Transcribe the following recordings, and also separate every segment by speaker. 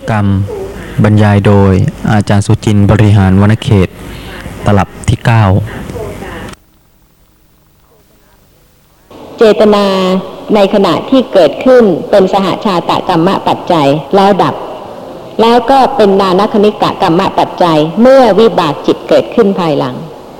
Speaker 1: กรรมบรรยายโดยอาจารย์สุจินต์บริหารวรรณเขตตลับที่9
Speaker 2: เจตนาในขณะที่เกิดขึ้นเป็นสหชาตกรรมปัจจัยแล้วดับแล้วก็เป็นนานคณิกะกรรมปัจจัยเมื่อวิบากจิตเกิดขึ้นภายหลัง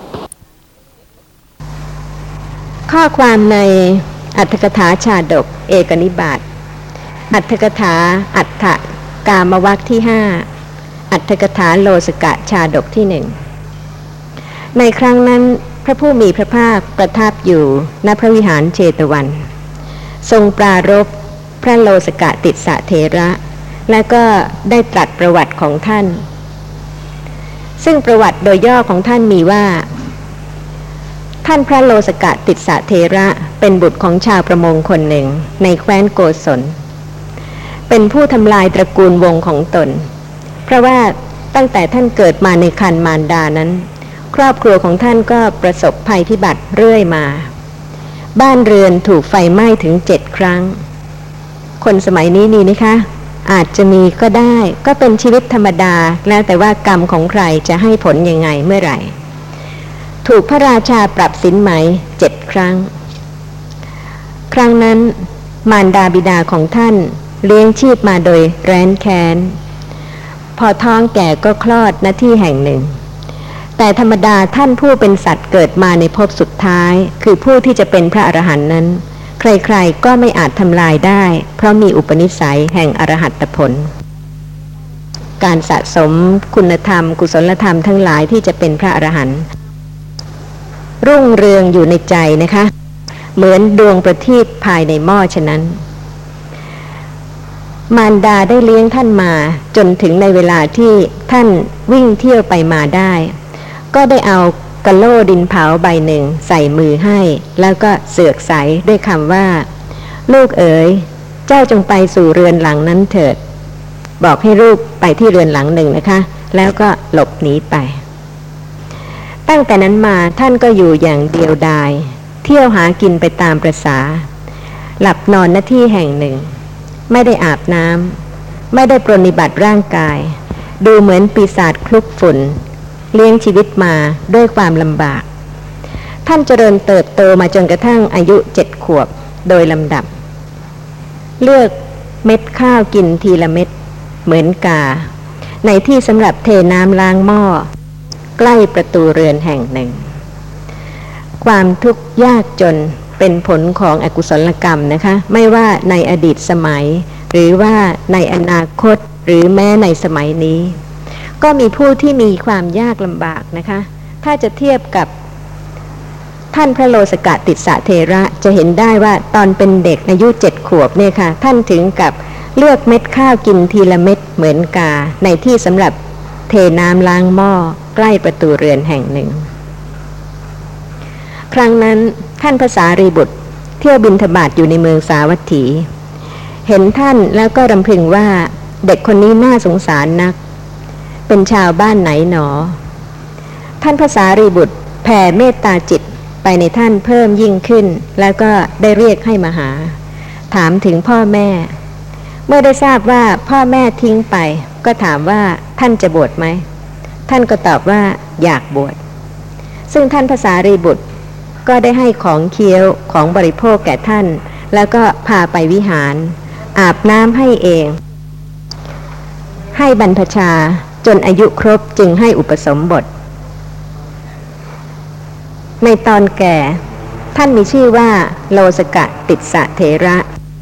Speaker 2: ข้อความในอรรถกถาชาดกเอกนิบาตอรรถกถาอัฏฐกามวรรคที่5อรรถกถาโลสกะชาดกที่1ในครั้งนั้นพระผู้มีพระภาคประทับอยู่ณพระวิหารเชตวันทรงปรารภพระโลสกะติสสะเถระและก็ได้ตรัสประวัติของท่านซึ่งประวัติโดยย่อของท่านมีว่าท่านพระโลสกะติสสะเถระเป็นบุตรของชาวประมงคนหนึ่งในแคว้นโกศลเป็นผู้ทำลายตระกูลวงของตนเพราะว่าตั้งแต่ท่านเกิดมาในครรภ์มารดานั้นครอบครัวของท่านก็ประสบภัยพิบัติเรื่อยมาบ้านเรือนถูกไฟไหม้ถึง7 ครั้งคนสมัยนี้มีไหมคะอาจจะมีก็ได้ก็เป็นชีวิตธรรมดาแล้วแต่ว่ากรรมของใครจะให้ผลยังไงเมื่อไหร่ถูกพระราชาปรับสินไหม7 ครั้งครั้งนั้นมารดาบิดาของท่านเลี้ยงชีพมาโดยแร้นแค้นพอท้องแก่ก็คลอดณที่แห่งหนึ่งแต่ธรรมดาท่านผู้เป็นสัตว์เกิดมาในภพสุดท้ายคือผู้ที่จะเป็นพระอรหันต์นั้นใครๆก็ไม่อาจทำลายได้เพราะมีอุปนิสัยแห่งอรหัตผลการสะสมคุณธรรมกุศลธรรมทั้งหลายที่จะเป็นพระอรหันต์รุ่งเรืองอยู่ในใจนะคะเหมือนดวงประทีปภายในหม้อฉะนั้นมารดาได้เลี้ยงท่านมาจนถึงในเวลาที่ท่านวิ่งเที่ยวไปมาได้ก็ได้เอากะโหลดินเผาใบหนึ่งใส่มือให้แล้วก็เสือกใสด้วยคำว่าลูกเอ๋ยเจ้าจงไปสู่เรือนหลังนั้นเถิดบอกให้ลูกไปที่เรือนหลังหนึ่งนะคะแล้วก็หลบหนีไปตั้งแต่นั้นมาท่านก็อยู่อย่างเดียวดายเที่ยวหากินไปตามประสาหลับนอนณที่แห่งหนึ่งไม่ได้อาบน้ำไม่ได้ปรนนิบัติร่างกายดูเหมือนปีศาจคลุกฝุ่นเลี้ยงชีวิตมาด้วยความลำบากท่านเจริญเติบโตมาจนกระทั่งอายุ7 ขวบโดยลำดับเลือกเม็ดข้าวกินทีละเม็ดเหมือนกาในที่สำหรับเทน้ำล้างหม้อใกล้ประตูเรือนแห่งหนึ่งความทุกข์ยากจนเป็นผลของอกุศลกรรมนะคะไม่ว่าในอดีตสมัยหรือว่าในอนาคตหรือแม้ในสมัยนี้ก็มีผู้ที่มีความยากลำบากนะคะถ้าจะเทียบกับท่านพระโลสกะติสสะเถระจะเห็นได้ว่าตอนเป็นเด็กอายุ 7 ขวบเนี่ยค่ะท่านถึงกับเลือกเม็ดข้าวกินทีละเม็ดเหมือนกาในที่สำหรับเทน้ำล้างหม้อใกล้ประตูเรือนแห่งหนึ่งครั้งนั้นท่านพระสารีบุตรเที่ยวบิณฑบาตอยู่ในเมืองสาวัตถีเห็นท่านแล้วก็รำพึงว่าเด็กคนนี้น่าสงสารนักเป็นชาวบ้านไหนหนอท่านพระสารีบุตรแผ่เมตตาจิตไปในท่านเพิ่มยิ่งขึ้นแล้วก็ได้เรียกให้มาหาถามถึงพ่อแม่เมื่อได้ทราบว่าพ่อแม่ทิ้งไปก็ถามว่าท่านจะบวชไหมท่านก็ตอบว่าอยากบวชซึ่งท่านพระสารีบุตรก็ได้ให้ของเคี้ยวของบริโภคแก่ท่านแล้วก็พาไปวิหารอาบน้ำให้เองให้บรรพชาจนอายุครบจึงให้อุปสมบทในตอนแก่ท่านมีชื่อว่าโลสกะติสสะเถระ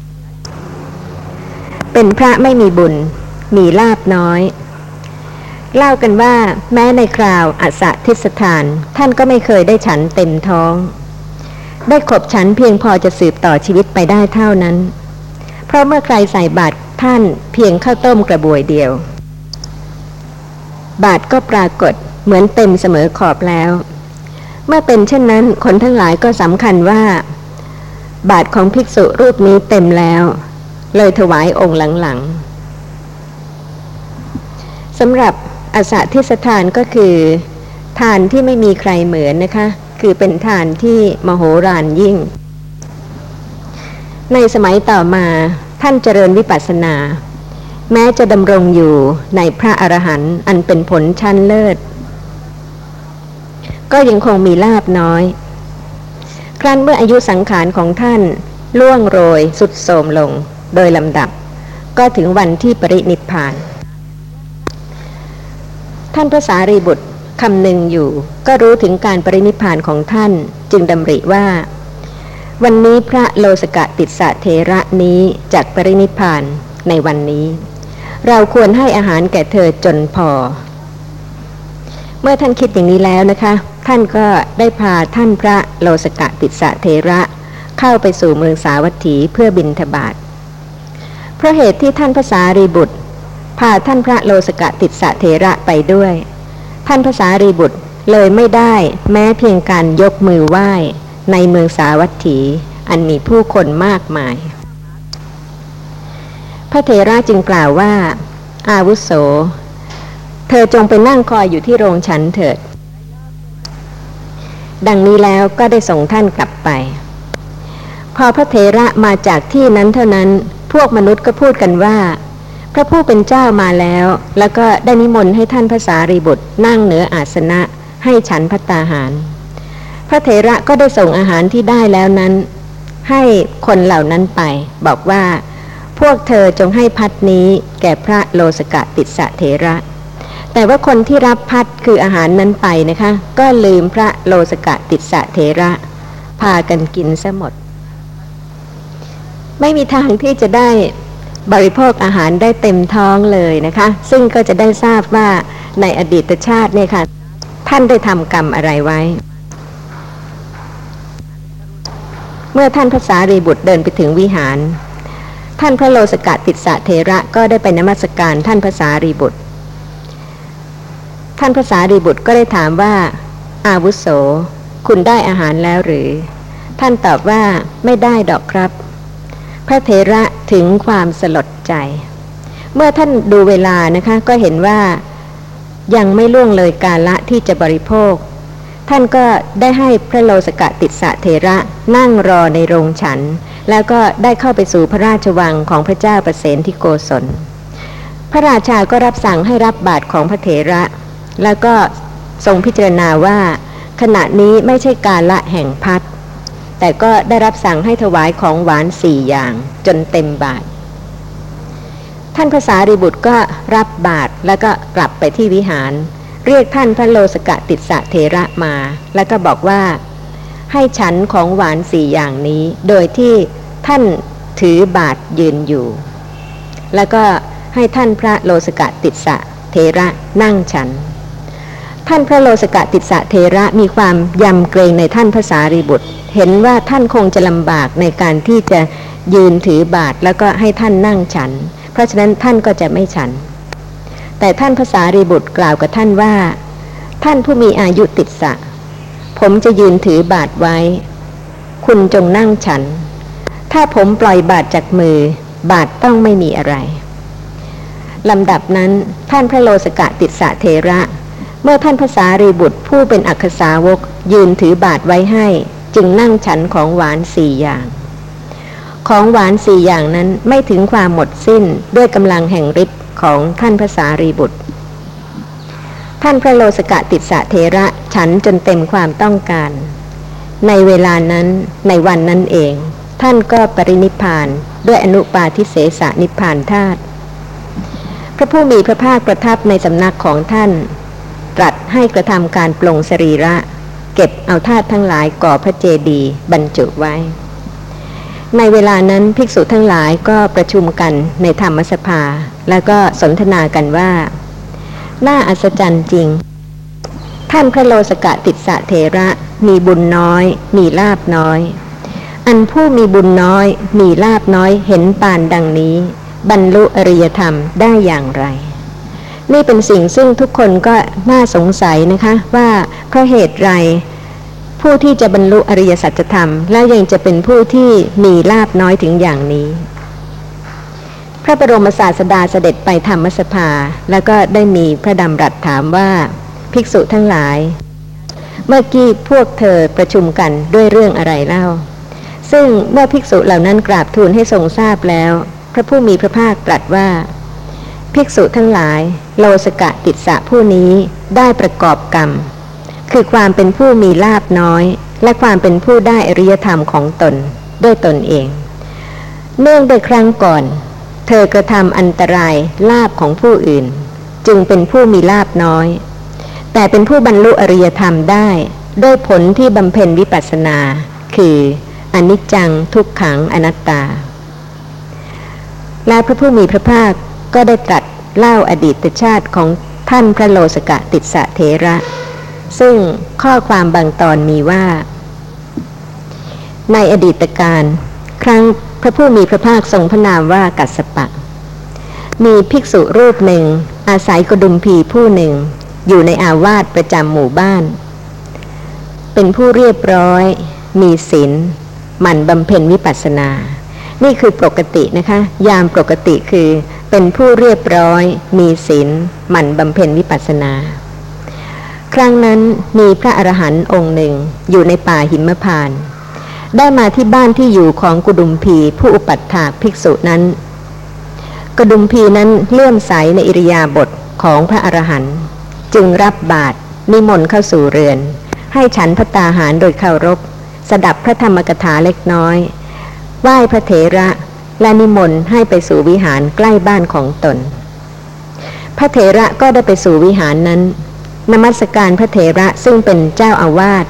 Speaker 2: เป็นพระไม่มีบุญมีลาภน้อยเล่ากันว่าแม้ในคราวอัสสทิสถานท่านก็ไม่เคยได้ฉันเต็มท้องได้ขบฉันเพียงพอจะสืบต่อชีวิตไปได้เท่านั้นเพราะเมื่อใครใส่บาตรท่านเพียงข้าวต้มกระบวยเดียวบาตรก็ปรากฏเหมือนเต็มเสมอขอบแล้วเมื่อเป็นเช่นนั้นคนทั้งหลายก็สำคัญว่าบาตรของภิกษุรูปนี้เต็มแล้วเลยถวายองค์หลังๆสำหรับอัสสทิสถานก็คือทานที่ไม่มีใครเหมือนนะคะคือเป็นทานที่มโหฬารยิ่งในสมัยต่อมาท่านเจริญวิปัสสนาแม้จะดำรงอยู่ในพระอรหันต์อันเป็นผลชั้นเลิศก็ยังคงมีลาภน้อยครั้นเมื่ออายุสังขารของท่านล่วงโรยสุดโทรมลงโดยลำดับก็ถึงวันที่ปรินิพพานท่านพระสารีบุตรคำนึงอยู่ก็รู้ถึงการปรินิพพานของท่านจึงดำริว่าวันนี้พระโลสกติสสะเถระนี้จักปรินิพพานในวันนี้เราควรให้อาหารแก่เธอจนพอเมื่อท่านคิดอย่างนี้แล้วนะคะท่านก็ได้พาท่านพระโลสกติสสะเถระเข้าไปสู่เมืองสาวัตถีเพื่อบิณฑบาตเพราะเหตุที่ท่านพระสารีบุตรพาท่านพระโลสกติสสะเถระไปด้วยท่านพระสารีบุตรเลยไม่ได้แม้เพียงการยกมือไหว้ในเมืองสาวัตถีอันมีผู้คนมากมายพระเถระจึงกล่าวว่าอาวุโสเธอจงไปนั่งคอยอยู่ที่โรงฉันเถิดดังนี้แล้วก็ได้ส่งท่านกลับไปพอพระเถระมาจากที่นั้นเท่านั้นพวกมนุษย์ก็พูดกันว่าพระผู้เป็นเจ้ามาแล้วก็ได้นิมนต์ให้ท่านพระสารีบุตรนั่งเหนืออาสนะให้ฉันภัตตาหารพระเถระก็ได้ส่งอาหารที่ได้แล้วนั้นให้คนเหล่านั้นไปบอกว่าพวกเธอจงให้ภัตนี้แก่พระโลสกติสสะเถระแต่ว่าคนที่รับภัตคืออาหารนั้นไปนะคะก็ลืมพระโลสกติสสะเถระพากันกินซะหมดไม่มีทางที่จะได้บริโภคอาหารได้เต็มท้องเลยนะคะซึ่งก็จะได้ทราบว่าในอดีตชาติเนี่ยค่ะท่านได้ทำกรรมอะไรไว้เมื่อท่านพระสารีบุตรเดินไปถึงวิหารท่านพระโลสกติสสะเถระก็ได้ไปนมัสการท่านพระสารีบุตรท่านพระสารีบุตรก็ได้ถามว่าอาวุโสคุณได้อาหารแล้วหรือท่านตอบว่าไม่ได้ดอกครับพระเถระถึงความสลดใจเมื่อท่านดูเวลานะคะก็เห็นว่ายังไม่ล่วงเลยกาลที่จะบริโภคท่านก็ได้ให้พระโลสกติสสะเถระนั่งรอในโรงฉันแล้วก็ได้เข้าไปสู่พระราชวังของพระเจ้าประเสนทิโกศลพระราชาก็รับสั่งให้รับบาตรของพระเถระแล้วก็ทรงพิจารณาว่าขณะนี้ไม่ใช่กาลแห่งภัตแต่ก็ได้รับสั่งให้ถวายของหวาน4 อย่างจนเต็มบาตรท่านพระสารีบุตรก็รับบาตรแล้วก็กลับไปที่วิหารเรียกท่านพระโลสกติสสะเถระมาแล้วก็บอกว่าให้ฉันของหวาน4 อย่างนี้โดยที่ท่านถือบาตรยืนอยู่แล้วก็ให้ท่านพระโลสกติสสะเถระนั่งฉันท่านพระโลสกติสสะเถระมีความยำเกรงในท่านพระสารีบุตรเห็นว่าท่านคงจะลำบากในการที่จะยืนถือบาตรแล้วก็ให้ท่านนั่งฉันเพราะฉะนั้นท่านก็จะไม่ฉันแต่ท่านพระสารีบุตรกล่าวกับท่านว่าท่านผู้มีอายุติสสะผมจะยืนถือบาตรไว้คุณจงนั่งฉันถ้าผมปล่อยบาตรจากมือบาตรต้องไม่มีอะไรลำดับนั้นท่านพระโลสกติสสะเถระเมื่อท่านพระสารีบุตรผู้เป็นอัคคสาวกยืนถือบาตรไว้ให้จึงนั่งฉันของหวาน4 อย่างของหวาน4 อย่างนั้นไม่ถึงความหมดสิ้นด้วยกำลังแห่งฤทธิ์ของท่านพระสารีบุตรท่านพระโลสกติสสะเถระฉันจนเต็มความต้องการในเวลานั้นในวันนั้นเองท่านก็ปรินิพพานด้วยอนุปาทิเสสนิพพานธาตุพระผู้มีพระภาคประทับในสำนักของท่านตรัสให้กระทำการปลงสรีระเก็บเอาธาตุทั้งหลายก่อพระเจดีย์บรรจุไว้ในเวลานั้นภิกษุทั้งหลายก็ประชุมกันในธรรมสภาแล้วก็สนทนากันว่าน่าอัศจรรย์จริงท่านพระโลสกติสสะเถระมีบุญน้อยมีลาภน้อยอันผู้มีบุญน้อยมีลาภน้อยเห็นปานดังนี้บรรลุอริยธรรมได้อย่างไรนี่เป็นสิ่งซึ่งทุกคนก็น่าสงสัยนะคะว่าเพราะเหตุไรผู้ที่จะบรรลุอริยสัจธรรมและยังจะเป็นผู้ที่มีลาภน้อยถึงอย่างนี้พระบรมศาสดาเสด็จไปธรรมสภาแล้วก็ได้มีพระดำรัสถามว่าภิกษุทั้งหลายเมื่อกี้พวกเธอประชุมกันด้วยเรื่องอะไรเล่าซึ่งเมื่อภิกษุเหล่านั้นกราบทูลให้ทรงทราบแล้วพระผู้มีพระภาคตรัสว่าภิกษุทั้งหลายโลสกติสสะผู้นี้ได้ประกอบกรรมคือความเป็นผู้มีลาภน้อยและความเป็นผู้ได้อริยธรรมของตนด้วยตนเองเนื่องโดยครั้งก่อนเธอกระทำอันตรายลาภของผู้อื่นจึงเป็นผู้มีลาภน้อยแต่เป็นผู้บรรลุอริยธรรมได้ด้วยผลที่บำเพ็ญวิปัสสนาคืออนิจจังทุกขังอนัตตาและพระผู้มีพระภาคก็ได้ตรัสเล่าอดีตชาติของท่านพระโลสกติสสะเถระซึ่งข้อความบางตอนมีว่าในอดีตการครั้งพระผู้มีพระภาคทรงพระนามว่ากัสสปะมีภิกษุรูปหนึ่งอาศัยกดุมพีผู้หนึ่งอยู่ในอาวาสประจำหมู่บ้านเป็นผู้เรียบร้อยมีศีลหมั่นบำเพ็ญวิปัสสนานี่คือปกตินะคะยามปกติคือเป็นผู้เรียบร้อยมีศีลหมั่นบำเพ็ญวิปัสสนาครั้งนั้นมีพระอรหันต์องค์หนึ่งอยู่ในป่าหิมพานต์ได้มาที่บ้านที่อยู่ของกุดุมพีผู้อุปัฏฐากภิกษุนั้นกุดุมพีนั้นเลื่อมใสในอิริยาบถของพระอรหันต์จึงรับบาตรนิมนต์เข้าสู่เรือนให้ฉันภัตตาหารโดยเคารพสดับพระธรรมกถาเล็กน้อยไหว้พระเถระและนิมนต์ให้ไปสู่วิหารใกล้บ้านของตนพระเถระก็ได้ไปสู่วิหารนั้นนมัสการพระเถระซึ่งเป็นเจ้าอาวาส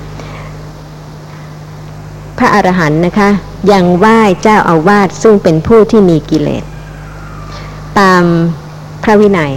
Speaker 2: พระอรหันต์นะคะยังไหว้เจ้าอาวาสซึ่งเป็นผู้ที่มีกิเลสตามพระวินัย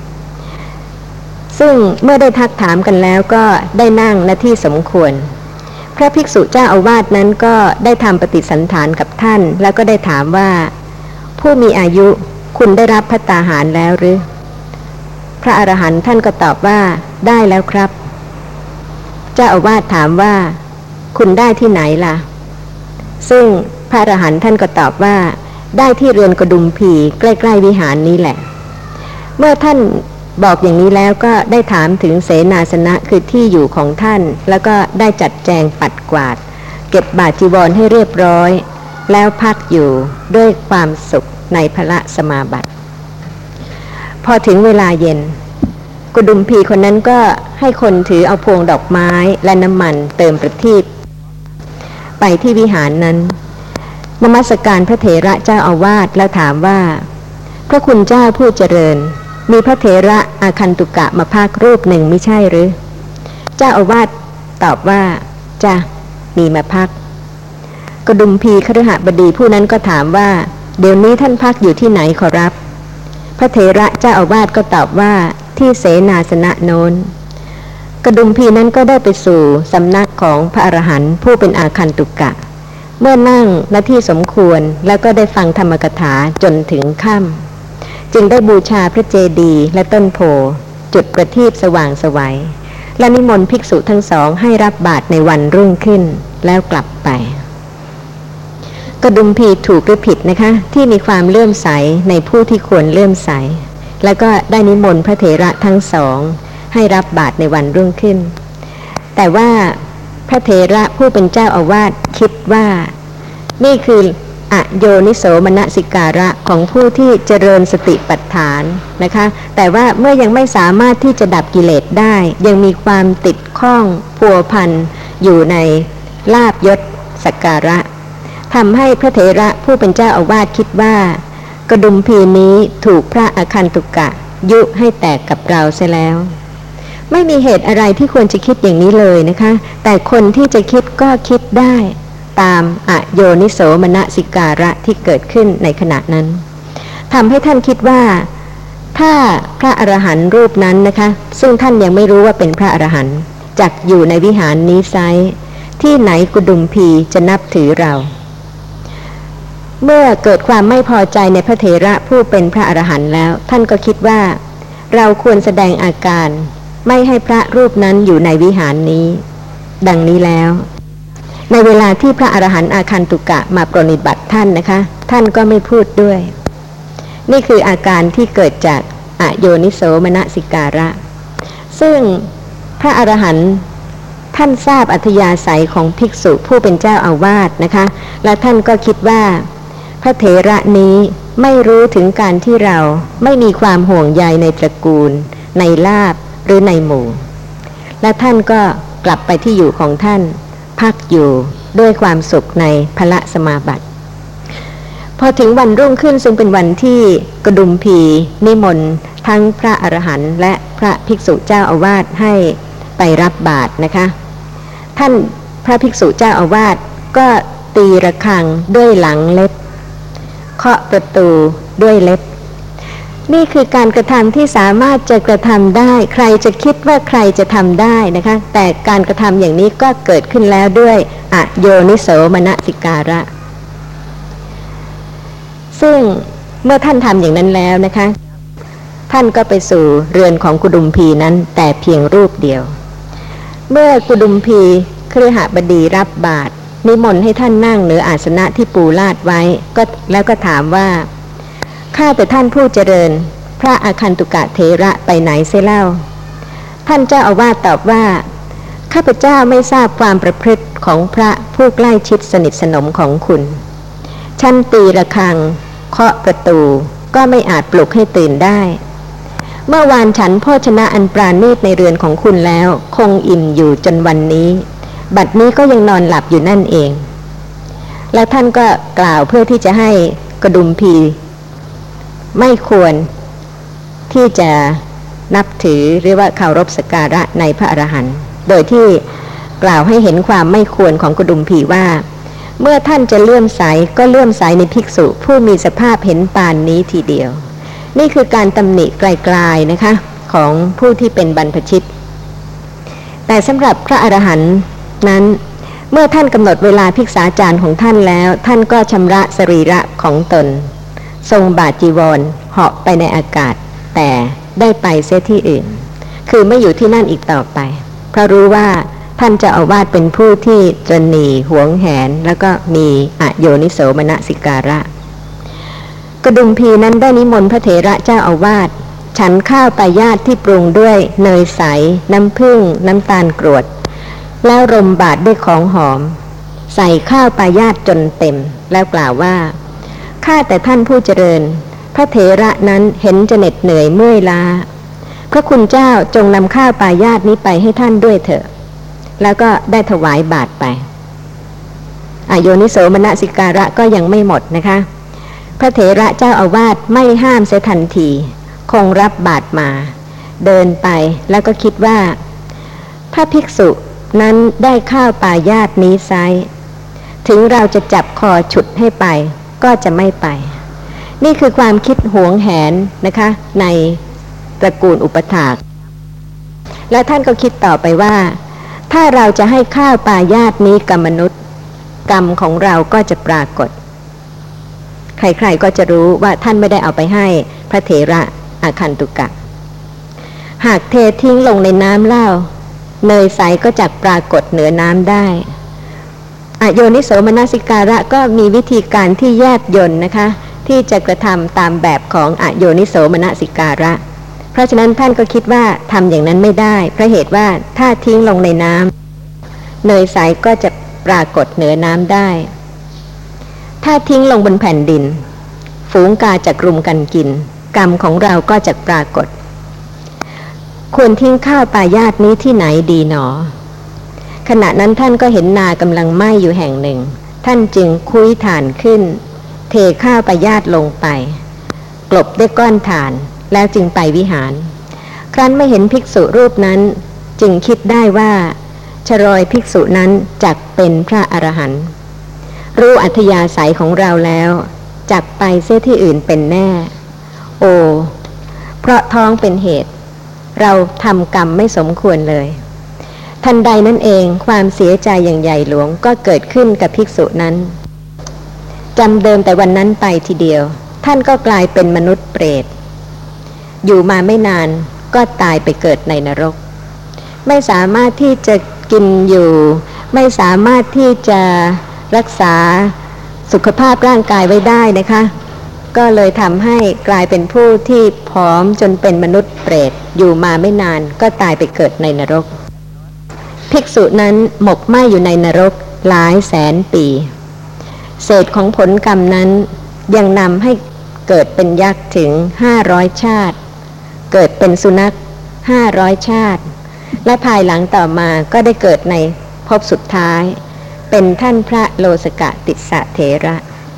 Speaker 2: ซึ่งเมื่อได้ทักถามกันแล้วก็ได้นั่งณที่สมควรพระภิกษุเจ้าอาวาสนั้นก็ได้ทำปฏิสันถานกับท่านแล้วก็ได้ถามว่าผู้มีอายุคุณได้รับภัตตาหารแล้วหรือพระอรหันต์ท่านก็ตอบว่าได้แล้วครับเจ้าอาวาสถามว่าคุณได้ที่ไหนล่ะซึ่งพระอรหันต์ท่านก็ตอบว่าได้ที่เรือนกดุมพีใกล้ๆวิหารนี้แหละเมื่อท่านบอกอย่างนี้แล้วก็ได้ถามถึงเสนาสนะคือที่อยู่ของท่านแล้วก็ได้จัดแจงปัดกวาดเก็บบาตรจีวรให้เรียบร้อยแล้วพักอยู่ด้วยความสุขในพละสมาบัติพอถึงเวลาเย็นกุดุมพีคนนั้นก็ให้คนถือเอาพวงดอกไม้และน้ำมันเติมประทีปไปที่วิหารนั้นนมัสการพระเถระเจ้าอาวาสแล้วถามว่าพระคุณเจ้าผู้เจริญมีพระเถระอาคันตุกะมาภาครูปหนึ่งไม่ใช่หรือเจ้าอาวาสตอบว่าจ้ะมีมาพักกดุมพีคฤหบดีผู้นั้นก็ถามว่าเดี๋ยวนี้ท่านพักอยู่ที่ไหนขอรับพระเถระเจ้าอาวาสก็ตอบว่าที่เสนาสนะโน้นกดุมพีนั้นก็ได้ไปสู่สำนักของพระอรหันต์ผู้เป็นอาคันตุกะเมื่อนั่งณที่สมควรแล้วก็ได้ฟังธรรมกถาจนถึงค่ำจึงได้บูชาพระเจดีย์และต้นโพจุดประทีปสว่างไสวและนิมนต์ภิกษุทั้งสองให้รับบาตรในวันรุ่งขึ้นแล้วกลับไปกดุมพีถูกหรือผิดนะคะที่มีความเลื่อมใสในผู้ที่ควรเลื่อมใสแล้วก็ได้นิมนต์พระเถระทั้งสองให้รับบาตรในวันรุ่งขึ้นแต่ว่าพระเถระผู้เป็นเจ้าอาวาสคิดว่านี่คืออโยนิโสมนสิการะของผู้ที่เจริญสติปัฏฐานนะคะแต่ว่าเมื่อยังไม่สามารถที่จะดับกิเลสได้ยังมีความติดข้องพัวพันอยู่ในลาภยศสักการะทำให้พระเถระผู้เป็นเจ้าอาวาสคิดว่ากดุมพีนี้ถูกพระอาคันตุกะยุให้แตกกับเราเสียแล้วไม่มีเหตุอะไรที่ควรจะคิดอย่างนี้เลยนะคะแต่คนที่จะคิดก็คิดได้ตามอโยนิโสมนสิการะที่เกิดขึ้นในขณะนั้นทำให้ท่านคิดว่าถ้าพระอรหันต์รูปนั้นนะคะซึ่งท่านยังไม่รู้ว่าเป็นพระอรหันต์จักอยู่ในวิหารนี้ไซที่ไหนกุดุมพีจะนับถือเราเมื่อเกิดความไม่พอใจในพระเถระผู้เป็นพระอรหันต์แล้วท่านก็คิดว่าเราควรแสดงอาการไม่ให้พระรูปนั้นอยู่ในวิหารนี้ดังนี้แล้วในเวลาที่พระอรหันต์อาคันตุกะมาปรนนิบัติท่านนะคะท่านก็ไม่พูดด้วยนี่คืออาการที่เกิดจากอโยนิโสมนสิการะซึ่งพระอรหันต์ท่านทราบอัธยาศัยของภิกษุผู้เป็นเจ้าอาวาสนะคะและท่านก็คิดว่าพระเถระนี้ไม่รู้ถึงการที่เราไม่มีความห่วงใยในตระกูลในลาภหรือในหมู่และท่านก็กลับไปที่อยู่ของท่านพักอยู่ด้วยความสุขในพละสมาบัติพอถึงวันรุ่งขึ้นซึ่งเป็นวันที่กดุมพีนิมนต์ทั้งพระอรหันต์และพระภิกษุเจ้าอาวาสให้ไปรับบาตรนะคะท่านพระภิกษุเจ้าอาวาสก็ตีระฆังด้วยหลังเล็บเคาะประตูด้วยเล็บนี่คือการกระทำที่สามารถจะกระทำได้ใครจะคิดว่าใครจะทำได้นะคะแต่การกระทำอย่างนี้ก็เกิดขึ้นแล้วด้วยอโยนิโสมนสิการะซึ่งเมื่อท่านทำอย่างนั้นแล้วนะคะท่านก็ไปสู่เรือนของกุดุมพีนั้นแต่เพียงรูปเดียวเมื่อกุดุมพีคฤหบดีรับบาตรนิมนต์ให้ท่านนั่งเหนืออาสนะที่ปูลาดไว้แล้วก็ถามว่าข้าแต่ท่านผู้เจริญพระอาคันตุกะเถระไปไหนเสียเล่าท่านเจ้าอาวาสตอบว่าข้าพเจ้าไม่ทราบความประพฤติของพระผู้ใกล้ชิดสนิทสนมของคุณฉันตีระฆังเคาะประตูก็ไม่อาจปลุกให้ตื่นได้เมื่อวานฉันโภชนะอันปราณีตในเรือนของคุณแล้วคงอิ่มอยู่จนวันนี้บัดนี้ก็ยังนอนหลับอยู่นั่นเองแล้วท่านก็กล่าวเพื่อที่จะให้กดุมพีไม่ควรที่จะนับถือหรือว่าเคารพสักการะในพระอรหันต์โดยที่กล่าวให้เห็นความไม่ควรของกดุมพีว่าเมื่อท่านจะเลื่อมใสก็เลื่อมใสในภิกษุผู้มีสภาพเห็นปานนี้ทีเดียวนี่คือการตำหนิไกลๆนะคะของผู้ที่เป็นบรรพชิตแต่สำหรับพระอรหันต์นั้นเมื่อท่านกำหนดเวลาภิกษาจารย์ของท่านแล้วท่านก็ชำระสรีระของตนทรงบาทจีวรเหาะไปในอากาศแต่ได้ไปเสียที่อื่นคือไม่อยู่ที่นั่นอีกต่อไปเพราะรู้ว่าท่านเจ้าอาวาสเป็นผู้ที่ตระหนี่หวงแหนแล้วก็มีอโยนิโสมนสิการะกดุมพีนั้นได้นิมนต์พระเถระเจ้าอาวาสฉันข้าวปายาตที่ปรุงด้วยเนยใสน้ำผึ้งน้ำตาลกรวดแล้วรมบาทด้วยของหอมใส่ข้าวปายาตจนเต็มแล้วกล่าวว่าข้าแต่ท่านผู้เจริญพระเถระนั้นเห็นจะเหน็ดเหนื่อยเมื่อยล้าพระคุณเจ้าจงนำข้าวปายาตนี้ไปให้ท่านด้วยเถอะแล้วก็ได้ถวายบาตรไปอโยนิโสมนสิการะก็ยังไม่หมดนะคะพระเถระเจ้าอาวาสไม่ห้ามเสียทันทีคงรับบาตรมาเดินไปแล้วก็คิดว่าถ้าภิกษุนั้นได้ข้าวปายาตนี้ไซถึงเราจะจับคอฉุดให้ไปก็จะไม่ไปนี่คือความคิดหวงแหนนะคะในตระกูลอุปถากและท่านก็คิดต่อไปว่าถ้าเราจะให้ข้าวปายาตนี้กับมนุษย์กรรมของเราก็จะปรากฏใครๆก็จะรู้ว่าท่านไม่ได้เอาไปให้พระเถระอาคันตุกะหากเททิ้งลงในน้ำเหล้าเนยใสก็จักปรากฏเหนือน้ำได้อโยนิโสมนสิการะก็มีวิธีการที่แยบยลนะคะที่จะกระทำตามแบบของอโยนิโสมนสิการะเพราะฉะนั้นท่านก็คิดว่าทำอย่างนั้นไม่ได้เพราะเหตุว่าถ้าทิ้งลงในน้ำเนยใสก็จะปรากฏเหนือน้ำได้ถ้าทิ้งลงบนแผ่นดินฝูงกาจะรุมกันกินกรรมของเราก็จะปรากฏควรทิ้งข้าวปายาตนี้ที่ไหนดีหนอขณะนั้นท่านก็เห็นนากำลังไหม้อยู่แห่งหนึ่งท่านจึงคุ้ยถ่านขึ้นเทข้าวปายาตลงไปกลบด้วยก้อนถ่านแล้วจึงไปวิหารครั้นไม่เห็นภิกษุรูปนั้นจึงคิดได้ว่าชรอยภิกษุนั้นจักเป็นพระอรหันต์รู้อัธยาศัยของเราแล้วจักไปเสียที่อื่นเป็นแน่โอเพราะท้องเป็นเหตุเราทำกรรมไม่สมควรเลยทันใดนั่นเองความเสียใจอย่างใหญ่หลวงก็เกิดขึ้นกับภิกษุนั้นจำเดิมแต่วันนั้นไปทีเดียวท่านก็กลายเป็นมนุษย์เปรตอยู่มาไม่นานก็ตายไปเกิดในนรกไม่สามารถที่จะกินอยู่ไม่สามารถที่จะรักษาสุขภาพร่างกายไว้ได้นะคะก็เลยทำให้กลายเป็นผู้ที่ผอมจนเป็นมนุษย์เปรตอยู่มาไม่นานก็ตายไปเกิดในนรกภิกษุนั้นหมกไหม้อยู่ในนรกหลายแสนปีเศษของผลกรรมนั้นยังนำให้เกิดเป็นยักษ์ถึง500ชาติเกิดเป็นสุนัข500ชาติและภายหลังต่อมาก็ได้เกิดในภพสุดท้ายเป็นท่านพระโลสกติสสะเถระ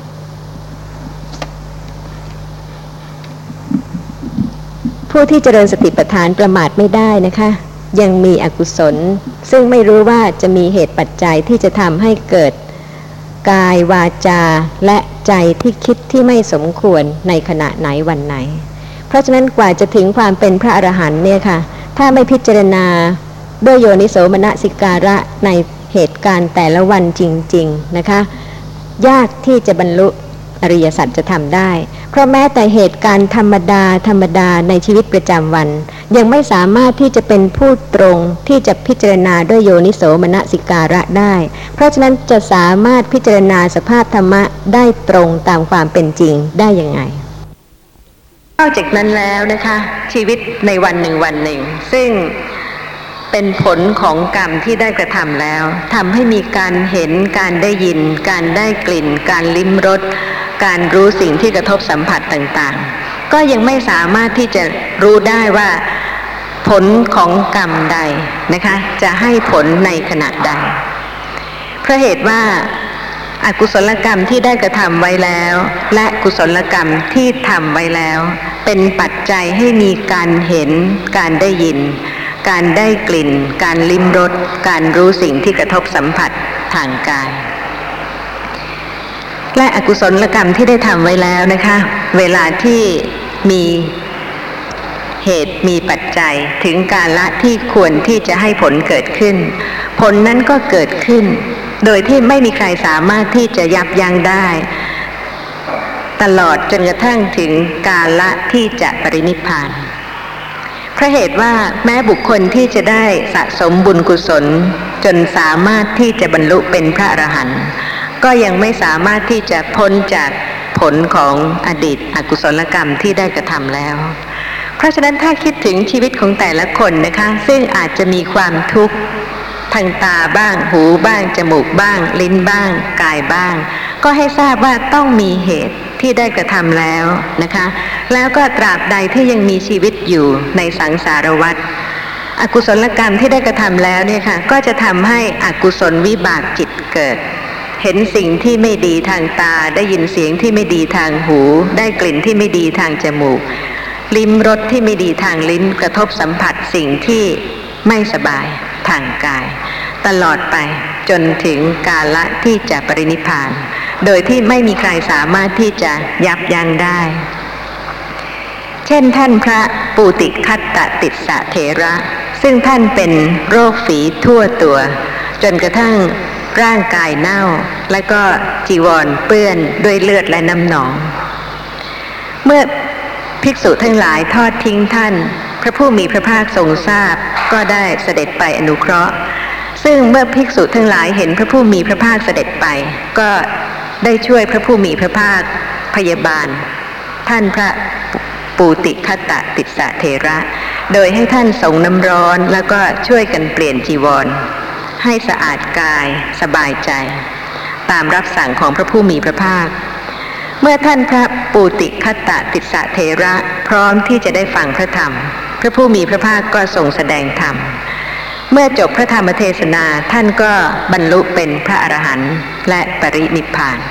Speaker 2: ผู้ที่เจริญสติปัฏฐานประมาทไม่ได้นะคะยังมีอกุศลซึ่งไม่รู้ว่าจะมีเหตุปัจจัยที่จะทำให้เกิดกายวาจาและใจที่คิดที่ไม่สมควรในขณะไหนวันไหนเพราะฉะนั้นกว่าจะถึงความเป็นพระอรหันต์เนี่ยค่ะถ้าไม่พิจารณาด้วยโยนิโสมนสิการะในเหตุการณ์แต่ละวันจริงๆนะคะยากที่จะบรรลุอริยสัจจะทำได้เพราะแม้แต่เหตุการณ์ธรรมดาในชีวิตประจำวันยังไม่สามารถที่จะเป็นผู้ตรงที่จะพิจารณาด้วยโยนิโสมนสิการะได้เพราะฉะนั้นจะสามารถพิจารณาสภาพธรรมะได้ตรงตามความเป็นจริงได้ยังไงนอกจากนั้นแล้วนะคะชีวิตในวันหนึ่งซึ่งเป็นผลของกรรมที่ได้กระทำแล้วทำให้มีการเห็นการได้ยินการได้กลิ่นการลิ้มรสการรู้สิ่งที่กระทบสัมผัสต่างๆก็ยังไม่สามารถที่จะรู้ได้ว่าผลของกรรมใดนะคะจะให้ผลในขณะใดเพราะเหตุว่าอกุศลกรรมที่ได้กระทำไว้แล้วและกุศลกรรมที่ทำไว้แล้วเป็นปัจจัยให้มีการเห็นการได้ยินการได้กลิ่นการลิ้มรสการรู้สิ่งที่กระทบสัมผัสทางกายและอกุศลกรรมที่ได้ทำไว้แล้วนะคะเวลาที่มีเหตุมีปัจจัยถึงกาลที่ควรที่จะให้ผลเกิดขึ้นผลนั้นก็เกิดขึ้นโดยที่ไม่มีใครสามารถที่จะยับยั้งได้ตลอดจนกระทั่งถึงกาลที่จะปรินิพพานเพราะเหตุว่าแม้บุคคลที่จะได้สะสมบุญกุศลจนสามารถที่จะบรรลุเป็นพระอรหันต์ก็ยังไม่สามารถที่จะพ้นจากผลของอดีตอกุศลกรรมที่ได้กระทำแล้วเพราะฉะนั้นถ้าคิดถึงชีวิตของแต่ละคนนะคะซึ่งอาจจะมีความทุกข์ทางตาบ้างหูบ้างจมูกบ้างลิ้นบ้างกายบ้างก็ให้ทราบว่าต้องมีเหตุที่ได้กระทำแล้วนะคะแล้วก็ตราบใดที่ยังมีชีวิตอยู่ในสังสารวัฏอกุศลกรรมที่ได้กระทำแล้วเนี่ยค่ะก็จะทำให้อกุศลวิบากจิตเกิดเห็นสิ่งที่ไม่ดีทางตาได้ยินเสียงที่ไม่ดีทางหูได้กลิ่นที่ไม่ดีทางจมูกลิ้มรสที่ไม่ดีทางลิ้นกระทบสัมผัสสิ่งที่ไม่สบายทางกายตลอดไปจนถึงกาลที่จะปรินิพพานโดยที่ไม่มีใครสามารถที่จะยับยั้งได้เช่นท่านพระปูติคัตตติสสะเถระซึ่งท่านเป็นโรคฝีทั่วตัวจนกระทั่งร่างกายเน่าและก็จีวรเปื้อนด้วยเลือดและน้ำหนองเมื่อภิกษุทั้งหลายทอดทิ้งท่านพระผู้มีพระภาคทรงทราบก็ได้เสด็จไปอนุเคราะห์ซึ่งเมื่อภิกษุทั้งหลายเห็นพระผู้มีพระภาคเสด็จไปก็ได้ช่วยพระผู้มีพระภาคพยาบาลท่านพระปูติคัตตติสสะเถระโดยให้ท่านส่งน้ำร้อนแล้วก็ช่วยกันเปลี่ยนจีวรให้สะอาดกายสบายใจตามรับสั่งของพระผู้มีพระภาคเมื่อท่านพระปูติคัตตติสสะเถระพร้อมที่จะได้ฟังพระธรรมพระผู้มีพระภาคก็ทรงแสดงธรรมเมื่อจบพระธรรมเทศนาท่านก็บรรลุเป็นพระอรหันต์และปรินิพพาน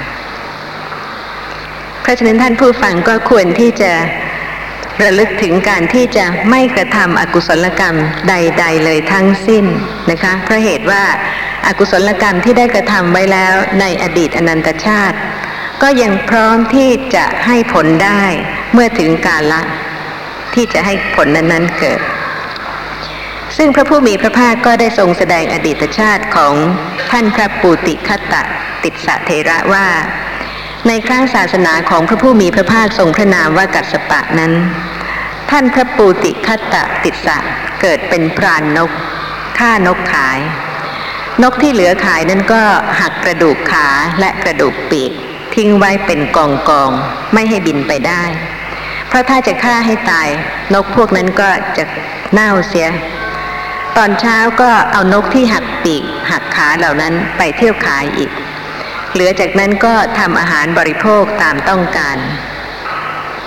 Speaker 2: เพราะฉะนั้นท่านผู้ฟังก็ควรที่จะระลึกถึงการที่จะไม่กระทำอกุศลกรรมใดๆเลยทั้งสิ้นนะคะเพราะเหตุว่าอากุศลกรรมที่ได้กระทำไว้แล้วในอดีตอนันตชาติก็ยังพร้อมที่จะให้ผลได้เมื่อถึงกาลที่จะให้ผลนั้นๆเกิดซึ่งพระผู้มีพระภาคก็ได้ทรงแสดงอดีตชาติของท่านพระปูติคัตตติสสะเถระว่าในครั้งศาสนาของพระผู้มีพระภาคทรงพระนามว่ากัสสปะนั้นท่านพระปูติคัตตติสสะเกิดเป็นพรานนกฆ่านกขายนกที่เหลือขายนั้นก็หักกระดูกขาและกระดูกปีกทิ้งไว้เป็นกองๆไม่ให้บินไปได้เพราะถ้าจะฆ่าให้ตายนกพวกนั้นก็จะเน่าเสียตอนเช้าก็เอานกที่หักปีกหักขาเหล่านั้นไปเที่ยวขายอีกเหลือจากนั้นก็ทำอาหารบริโภคตามต้องการ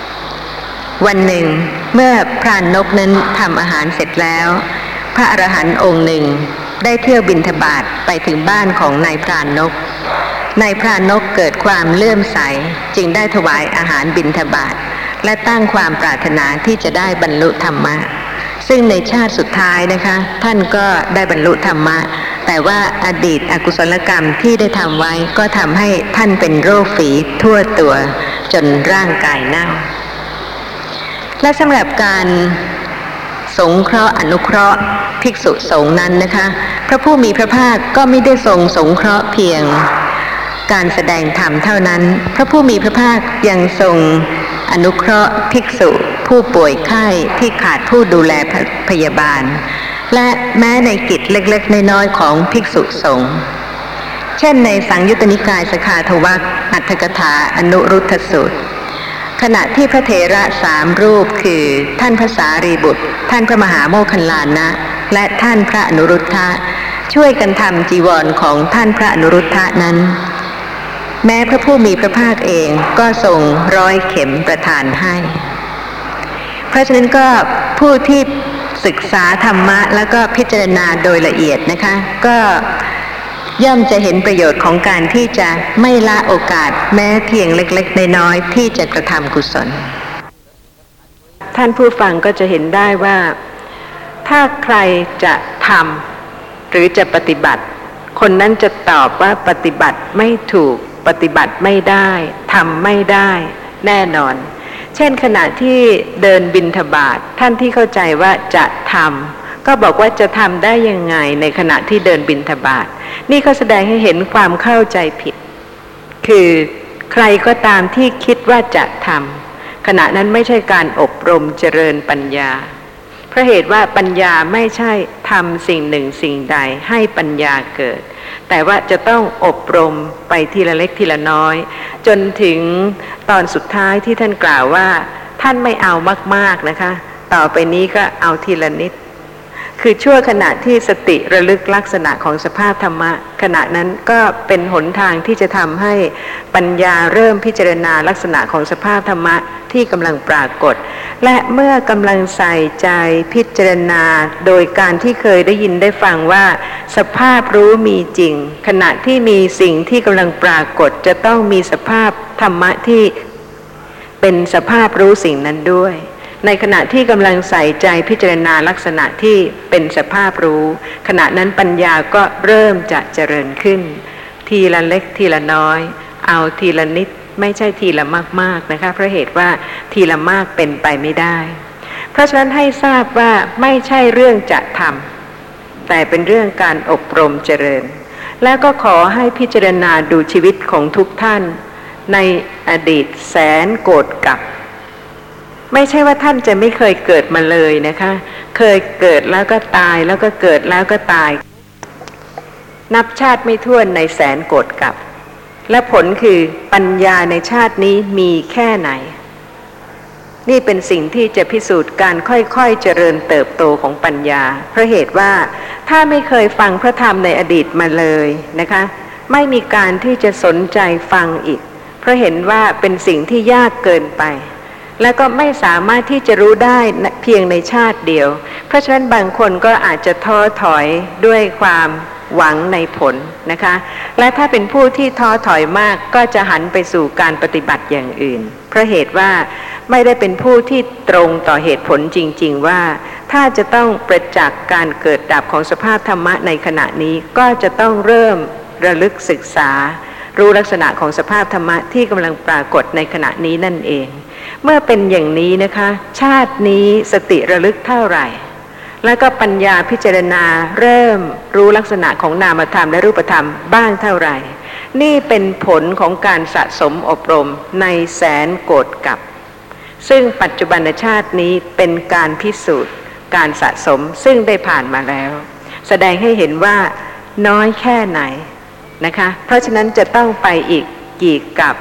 Speaker 2: วันหนึ่งเมื่อพรานนกนั้นทำอาหารเสร็จแล้วพระอรหันต์องค์หนึ่งได้เที่ยวบิณฑบาตไปถึงบ้านของนายพรานนกนายพรานนกเกิดความเลื่อมใสจึงได้ถวายอาหารบิณฑบาตและตั้งความปรารถนาที่จะได้บรรลุธรรมะซึ่งในชาติสุดท้ายนะคะท่านก็ได้บรรลุธรรมะแต่ว่าอดีตอกุศลกรรมที่ได้ทำไว้ก็ทำให้ท่านเป็นโรคฝีทั่วตัวจนร่างกายเน่าและสำหรับการสงเคราะห์อนุเคราะห์ภิกษุสงฆ์นั้นนะคะพระผู้มีพระภาคก็ไม่ได้ทรงสงเคราะห์เพียงการแสดงธรรมเท่านั้นพระผู้มีพระภาคยังทรงอนุเคราะห์ภิกษุผู้ป่วยไข้ที่ขาดผู้ดูแลพยาบาลและแม้ในกิจเล็กๆน้อยๆของภิกษุสงฆ์เช่นในสังยุตตนิกายสขาทวรรคอรรถกถาอนุรุทธสูตรขณะที่พระเถระ3รูปคือท่านพระสารีบุตรท่านพระมหาโมคคัลลานะและท่านพระอนุรุทธะช่วยกันทำจีวรของท่านพระอนุรุทธะนั้นแม้พระผู้มีพระภาคเองก็ทรงร้อยเข็มประทานให้เพราะฉะนั้นก็ผู้ที่ศึกษาธรรมะแล้วก็พิจารณาโดยละเอียดนะคะก็ย่อมจะเห็นประโยชน์ของการที่จะไม่ละโอกาสแม้เพียงเล็กๆน้อยๆที่จะกระทำกุศลท่านผู้ฟังก็จะเห็นได้ว่าถ้าใครจะทำหรือจะปฏิบัติคนนั้นจะตอบว่าปฏิบัติไม่ถูกปฏิบัติไม่ได้ทำไม่ได้แน่นอนเช่นขณะที่เดินบิณฑบาตท่านที่เข้าใจว่าจะทำก็บอกว่าจะทำได้ยังไงในขณะที่เดินบิณฑบาตนี่ก็แสดงให้เห็นความเข้าใจผิดคือใครก็ตามที่คิดว่าจะทำขณะนั้นไม่ใช่การอบรมเจริญปัญญาเพราะเหตุว่าปัญญาไม่ใช่ทำสิ่งหนึ่งสิ่งใดให้ปัญญาเกิดแต่ว่าจะต้องอบรมไปทีละเล็กทีละน้อยจนถึงตอนสุดท้ายที่ท่านกล่าวว่าท่านไม่เอามากๆนะคะต่อไปนี้ก็เอาทีละนิดคือชั่วขณะที่สติระลึกลักษณะของสภาพธรรมะขณะนั้นก็เป็นหนทางที่จะทำให้ปัญญาเริ่มพิจารณาลักษณะของสภาพธรรมะที่กำลังปรากฏและเมื่อกำลังใส่ใจพิจารณาโดยการที่เคยได้ยินได้ฟังว่าสภาพรู้มีจริงขณะที่มีสิ่งที่กำลังปรากฏจะต้องมีสภาพธรรมะที่เป็นสภาพรู้สิ่งนั้นด้วยในขณะที่กำลังใส่ใจพิจารณาลักษณะที่เป็นสภาพรู้ขณะนั้นปัญญาก็เริ่มจะเจริญขึ้นทีละเล็กทีละน้อยเอาทีละนิดไม่ใช่ทีละมากๆนะคะเพราะเหตุว่าทีละมากเป็นไปไม่ได้เพราะฉะนั้นให้ทราบว่าไม่ใช่เรื่องจะทำแต่เป็นเรื่องการอบรมเจริญแล้วก็ขอให้พิจารณาดูชีวิตของทุกท่านในอดีตแสนโกรธกับไม่ใช่ว่าท่านจะไม่เคยเกิดมาเลยนะคะเคยเกิดแล้วก็ตายแล้วก็เกิดแล้วก็ตายนับชาติไม่ถ้วนในแสนโกรธกับและผลคือปัญญาในชาตินี้มีแค่ไหนนี่เป็นสิ่งที่จะพิสูจน์การค่อยๆเจริญเติบโตของปัญญาเพราะเหตุว่าถ้าไม่เคยฟังพระธรรมในอดีตมาเลยนะคะไม่มีการที่จะสนใจฟังอีกเพราะเห็นว่าเป็นสิ่งที่ยากเกินไปแล้วก็ไม่สามารถที่จะรู้ได้เพียงในชาติเดียวเพราะฉะนั้นบางคนก็อาจจะท้อถอยด้วยความหวังในผลนะคะและถ้าเป็นผู้ที่ท้อถอยมากก็จะหันไปสู่การปฏิบัติอย่างอื่นเพราะเหตุว่าไม่ได้เป็นผู้ที่ตรงต่อเหตุผลจริงๆว่าถ้าจะต้องประจักษ์การเกิดดับของสภาพธรรมะในขณะนี้ก็จะต้องเริ่มระลึกศึกษารู้ลักษณะของสภาพธรรมะที่กำลังปรากฏในขณะนี้นั่นเองเมื่อเป็นอย่างนี้นะคะชาตินี้สติระลึกเท่าไหร่แล้วก็ปัญญาพิจารณาเริ่มรู้ลักษณะของนามธรรมและรูปธรรมบ้างเท่าไหร่นี่เป็นผลของการสะสมอบรมในแสนโกรธกับซึ่งปัจจุบันชาตินี้เป็นการพิสูจน์การสะสมซึ่งได้ผ่านมาแล้วแสดงให้เห็นว่าน้อยแค่ไหนนะคะเพราะฉะนั้นจะต้องไปอีกกี่กับ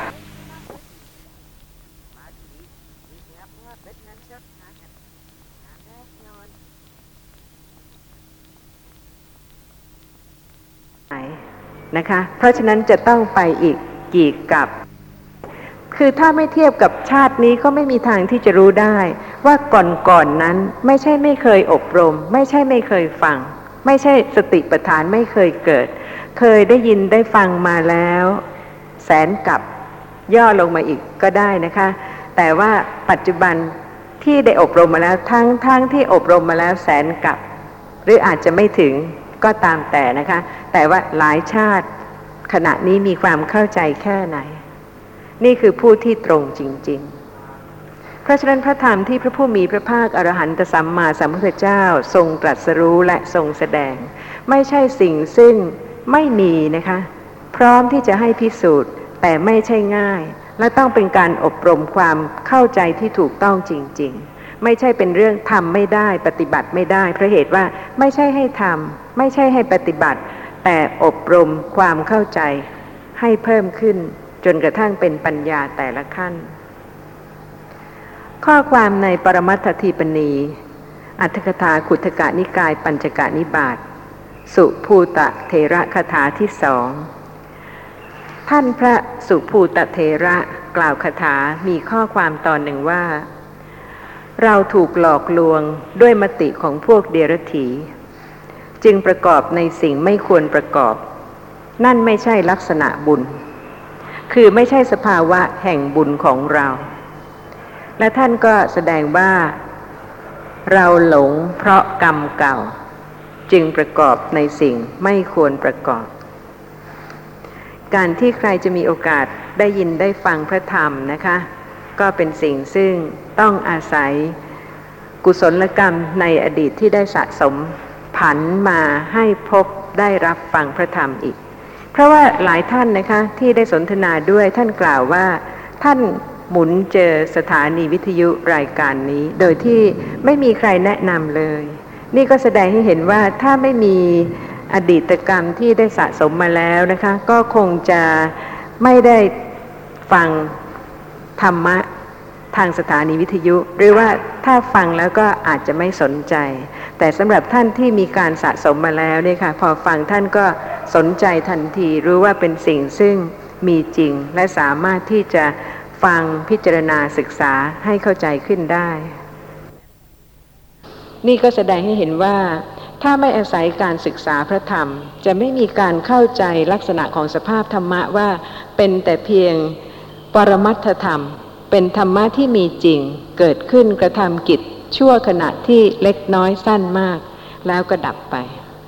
Speaker 2: นะคะเพราะฉะนั้นจะต้องไปอีกกี่กับ
Speaker 3: คือถ้าไม่เทียบกับชาตินี้ก็ไม่มีทางที่จะรู้ได้ว่าก่อนนั้นไม่ใช่ไม่เคยอบรมไม่ใช่ไม่เคยฟังไม่ใช่สติปัฏฐานไม่เคยเกิดเคยได้ยินได้ฟังมาแล้วแสนกับย่อลงมาอีกก็ได้นะคะแต่ว่าปัจจุบันที่ได้อบรมมาแล้วทั้งที่อบรมมาแล้วแสนกับหรืออาจจะไม่ถึงก็ตามแต่นะคะแต่ว่าหลายชาติขณะนี้มีความเข้าใจแค่ไหนนี่คือผู้ที่ตรงจริงๆเพราะฉะนั้นพระธรรมที่พระผู้มีพระภาคอรหันตสัมมาสัมพุทธเจ้าทรงตรัสรู้และทรงแสดงไม่ใช่สิ่งซึ่งไม่มีนะคะพร้อมที่จะให้พิสูจน์แต่ไม่ใช่ง่ายและต้องเป็นการอบรมความเข้าใจที่ถูกต้องจริงๆไม่ใช่เป็นเรื่องทำไม่ได้ปฏิบัติไม่ได้เพราะเหตุว่าไม่ใช่ให้ทำไม่ใช่ให้ปฏิบัติแต่อบรมความเข้าใจให้เพิ่มขึ้นจนกระทั่งเป็นปัญญาแต่ละขั้นข้อความในปรมัตถทีปณีอัตถกถาขุททกนิกายปัญจกนิบาตสุภูตเถระคถาที่สองท่านพระสุภูตเถระกล่าวคาถามีข้อความตอนหนึ่งว่าเราถูกหลอกลวงด้วยมติของพวกเดรัจฉีจึงประกอบในสิ่งไม่ควรประกอบนั่นไม่ใช่ลักษณะบุญคือไม่ใช่สภาวะแห่งบุญของเราและท่านก็แสดงว่าเราหลงเพราะกรรมเก่าจึงประกอบในสิ่งไม่ควรประกอบการที่ใครจะมีโอกาสได้ยินได้ฟังพระธรรมนะคะก็เป็นสิ่งซึ่งต้องอาศัยกุศลกรรมในอดีตที่ได้สะสมผันมาให้พบได้รับฟังพระธรรมอีกเพราะว่าหลายท่านนะคะที่ได้สนทนาด้วยท่านกล่าวว่าท่านหมุนเจอสถานีวิทยุรายการนี้โดยที่ไม่มีใครแนะนำเลยนี่ก็แสดงให้เห็นว่าถ้าไม่มีอดีตกรรมที่ได้สะสมมาแล้วนะคะก็คงจะไม่ได้ฟังธรรมะทางสถานีวิทยุหรือว่าถ้าฟังแล้วก็อาจจะไม่สนใจแต่สำหรับท่านที่มีการสะสมมาแล้วเนี่ยค่ะพอฟังท่านก็สนใจทันทีรู้ว่าเป็นสิ่งซึ่งมีจริงและสามารถที่จะฟังพิจารณาศึกษาให้เข้าใจขึ้นได้นี่ก็แสดงให้เห็นว่าถ้าไม่อาศัยการศึกษาพระธรรมจะไม่มีการเข้าใจลักษณะของสภาพธรรมะว่าเป็นแต่เพียงปรมัตถธรรมเป็นธรรมะที่มีจริงเกิดขึ้นกระทำกิจชั่วขณะที่เล็กน้อยสั้นมากแล้วก็ดับไป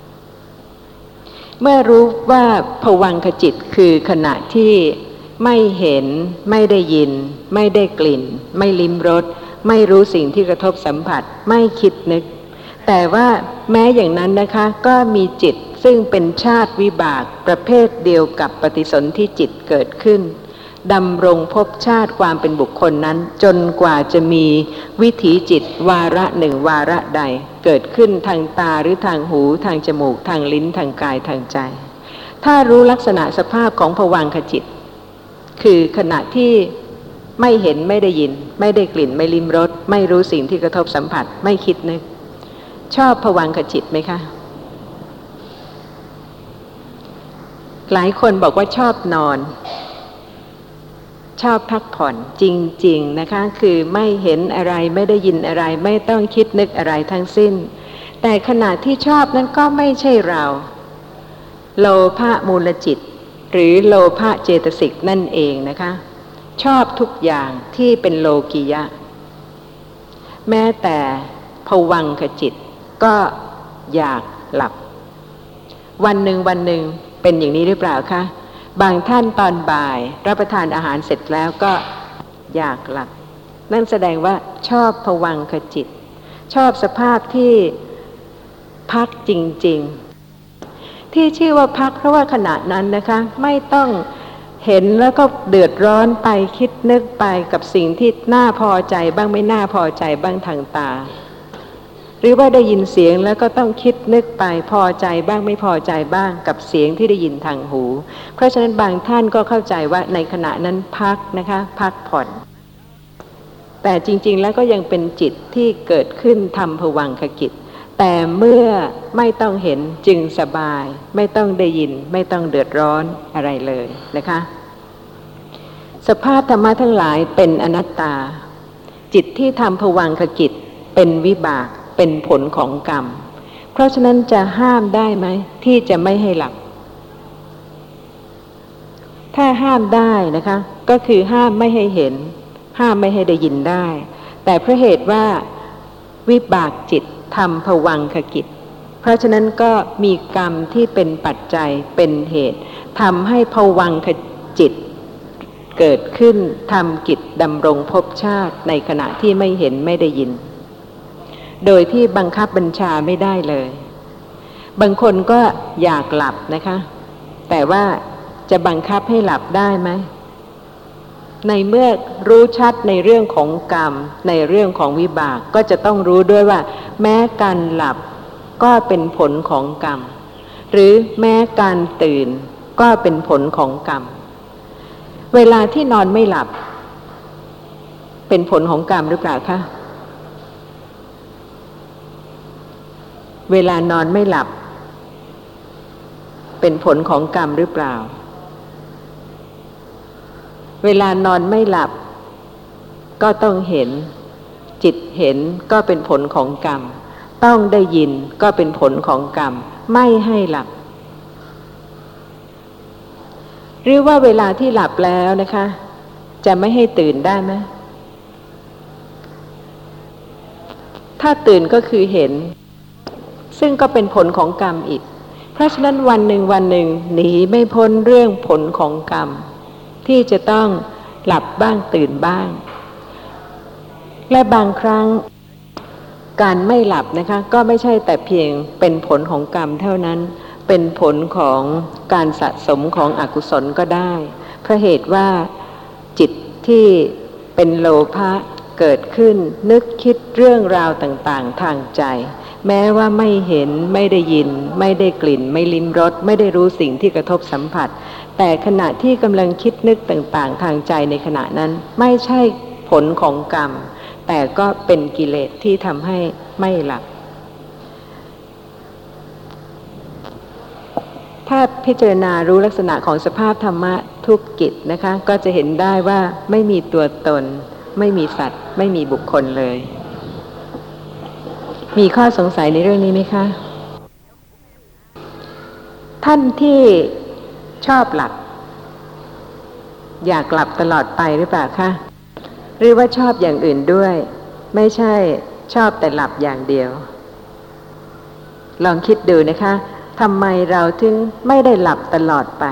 Speaker 3: เมื่อรู้ว่าภวังคจิตคือขณะที่ไม่เห็นไม่ได้ยินไม่ได้กลิ่นไม่ลิ้มรสไม่รู้สิ่งที่กระทบสัมผัสไม่คิดนึกแต่ว่าแม้อย่างนั้นนะคะก็มีจิตซึ่งเป็นชาติวิบากประเภทเดียวกับปฏิสนธิจิตเกิดขึ้นดำรงภพชาติความเป็นบุคคลนั้นจนกว่าจะมีวิถีจิตวาระหนึ่งวาระใดเกิดขึ้นทางตาหรือทางหูทางจมูกทางลิ้นทางกายทางใจถ้ารู้ลักษณะสภาพของภวังคจิตคือขณะที่ไม่เห็นไม่ได้ยินไม่ได้กลิ่นไม่ลิ้มรสไม่รู้สิ่งที่กระทบสัมผัสไม่คิดนึกชอบภวังคจิตไหมคะหลายคนบอกว่าชอบนอนชอบพักผ่อนจริงๆนะคะคือไม่เห็นอะไรไม่ได้ยินอะไรไม่ต้องคิดนึกอะไรทั้งสิ้นแต่ขณะที่ชอบนั้นก็ไม่ใช่เราโลภะมูลจิตหรือโลภะเจตสิกนั่นเองนะคะชอบทุกอย่างที่เป็นโลกิยะแม้แต่ภวังคจิตก็อยากหลับวันหนึ่งเป็นอย่างนี้หรือเปล่าคะบางท่านตอนบ่ายรับประทานอาหารเสร็จแล้วก็อยากหลับนั่นแสดงว่าชอบภวังคจิตชอบสภาพที่พักจริงๆที่ชื่อว่าพักเพราะว่าขณะนั้นนะคะไม่ต้องเห็นแล้วก็เดือดร้อนไปคิดนึกไปกับสิ่งที่น่าพอใจบ้างไม่น่าพอใจบ้างทางตาหรือว่าได้ยินเสียงแล้วก็ต้องคิดนึกไปพอใจบ้างไม่พอใจบ้างกับเสียงที่ได้ยินทางหูเพราะฉะนั้นบางท่านก็เข้าใจว่าในขณะนั้นพักนะคะพักผ่อนแต่จริงๆแล้วก็ยังเป็นจิตที่เกิดขึ้นทำภวังคกิจแต่เมื่อไม่ต้องเห็นจึงสบายไม่ต้องได้ยินไม่ต้องเดือดร้อนอะไรเลยนะคะสภาพธรรมะทั้งหลายเป็นอนัตตาจิตที่ทำภวังคกิจเป็นวิบากเป็นผลของกรรมเพราะฉะนั้นจะห้ามได้ไหมที่จะไม่ให้หลับถ้าห้ามได้นะคะก็คือห้ามไม่ให้เห็นห้ามไม่ให้ได้ยินได้แต่เพราะเหตุว่าวิบากจิตทำภวังคกิจเพราะฉะนั้นก็มีกรรมที่เป็นปัจจัยเป็นเหตุทำให้ภวังคจิตเกิดขึ้นทำกิจดำรงภพชาติในขณะที่ไม่เห็นไม่ได้ยินโดยที่บังคับบัญชาไม่ได้เลยบางคนก็อยากหลับนะคะแต่ว่าจะบังคับให้หลับได้ไหมในเมื่อรู้ชัดในเรื่องของกรรมในเรื่องของวิบากก็จะต้องรู้ด้วยว่าแม้การหลับก็เป็นผลของกรรมหรือแม้การตื่นก็เป็นผลของกรรมเวลาที่นอนไม่หลับเป็นผลของกรรมหรือเปล่าคะเวลานอนไม่หลับเป็นผลของกรรมหรือเปล่าเวลานอนไม่หลับก็ต้องเห็นจิตเห็นก็เป็นผลของกรรมต้องได้ยินก็เป็นผลของกรรมไม่ให้หลับหรือว่าเวลาที่หลับแล้วนะคะจะไม่ให้ตื่นได้ไหมถ้าตื่นก็คือเห็นซึ่งก็เป็นผลของกรรมอีกเพราะฉะนั้นวันหนึ่งหนีไม่พ้นเรื่องผลของกรรมที่จะต้องหลับบ้างตื่นบ้างและบางครั้งการไม่หลับนะคะก็ไม่ใช่แต่เพียงเป็นผลของกรรมเท่านั้นเป็นผลของการสะสมของอกุศลก็ได้เพราะเหตุว่าจิตที่เป็นโลภะเกิดขึ้นนึกคิดเรื่องราวต่างๆทางใจแม้ว่าไม่เห็นไม่ได้ยินไม่ได้กลิ่นไม่ลิ้มรสไม่ได้รู้สิ่งที่กระทบสัมผัสแต่ขณะที่กำลังคิดนึกต่างๆทางใจในขณะนั้นไม่ใช่ผลของกรรมแต่ก็เป็นกิเลสที่ทำให้ไม่หลับถ้าพิจารณารู้ลักษณะของสภาพธรรมะทุกกิจนะคะก็จะเห็นได้ว่าไม่มีตัวตนไม่มีสัตว์ไม่มีบุคคลเลยมีข้อสงสัยในเรื่องนี้ไหมคะท่านที่ชอบหลับอยากหลับตลอดไปหรือเปล่าคะหรือว่าชอบอย่างอื่นด้วยไม่ใช่ชอบแต่หลับอย่างเดียวลองคิดดูนะคะทำไมเราถึงไม่ได้หลับตลอดไป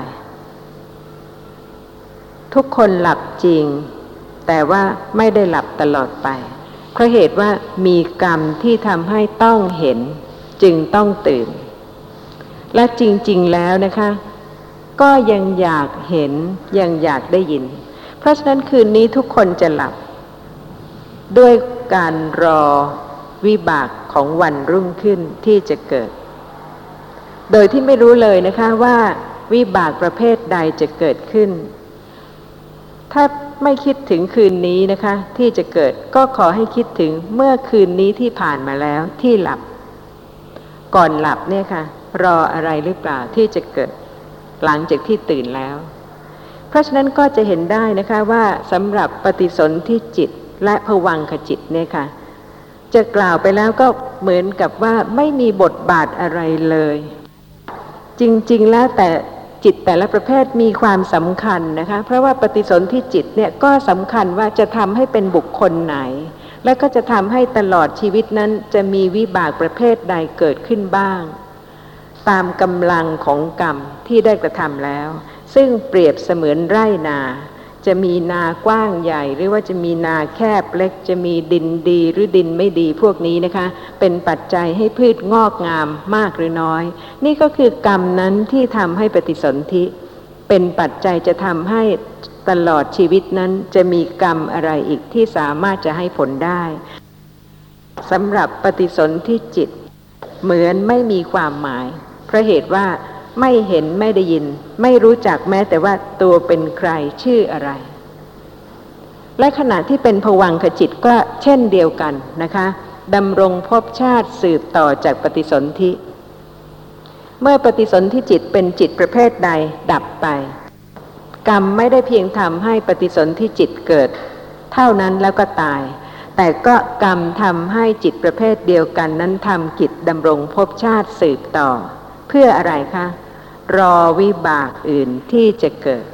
Speaker 3: ทุกคนหลับจริงแต่ว่าไม่ได้หลับตลอดไปเพราะเหตุว่ามีกรรมที่ทำให้ต้องเห็นจึงต้องตื่นและจริงๆแล้วนะคะก็ยังอยากเห็นยังอยากได้ยินเพราะฉะนั้นคืนนี้ทุกคนจะหลับด้วยการรอวิบากของวันรุ่งขึ้นที่จะเกิดโดยที่ไม่รู้เลยนะคะว่าวิบากประเภทใดจะเกิดขึ้นถ้าไม่คิดถึงคืนนี้นะคะที่จะเกิดก็ขอให้คิดถึงเมื่อคืนนี้ที่ผ่านมาแล้วที่หลับก่อนหลับเนี่ยค่ะรออะไรหรือเปล่าที่จะเกิดหลังจากที่ตื่นแล้วเพราะฉะนั้นก็จะเห็นได้นะคะว่าสำหรับปฏิสนธิจิตและภวังคจิตเนี่ยค่ะจะกล่าวไปแล้วก็เหมือนกับว่าไม่มีบทบาทอะไรเลยจริงๆแล้วแต่จิตแต่ละประเภทมีความสำคัญนะคะเพราะว่าปฏิสนธิจิตเนี่ยก็สำคัญว่าจะทำให้เป็นบุคคลไหนและก็จะทำให้ตลอดชีวิตนั้นจะมีวิบากประเภทใดเกิดขึ้นบ้างตามกำลังของกรรมที่ได้กระทำแล้วซึ่งเปรียบเสมือนไร่นาจะมีนากว้างใหญ่หรือว่าจะมีนาแคบเล็กจะมีดินดีหรือดินไม่ดีพวกนี้นะคะเป็นปัจจัยให้พืชงอกงามมากหรือน้อยนี่ก็คือกรรมนั้นที่ทำให้ปฏิสนธิเป็นปัจจัยจะทำให้ตลอดชีวิตนั้นจะมีกรรมอะไรอีกที่สามารถจะให้ผลได้สำหรับปฏิสนธิจิตเหมือนไม่มีความหมายเพราะเหตุว่าไม่เห็นไม่ได้ยินไม่รู้จักแม้แต่ว่าตัวเป็นใครชื่ออะไรและขณะที่เป็นภวังคจิตก็เช่นเดียวกันนะคะดำรงภพชาติสืบต่อจากปฏิสนธิเมื่อปฏิสนธิจิตเป็นจิตประเภทใดดับไปกรรมไม่ได้เพียงทำให้ปฏิสนธิจิตเกิดเท่านั้นแล้วก็ตายแต่ก็กรรมทำให้จิตประเภทเดียวกันนั้นทำกิจดำรงภพชาติสืบต่อเพื่ออะไรคะรอวิบากอื่นที่จะเกิด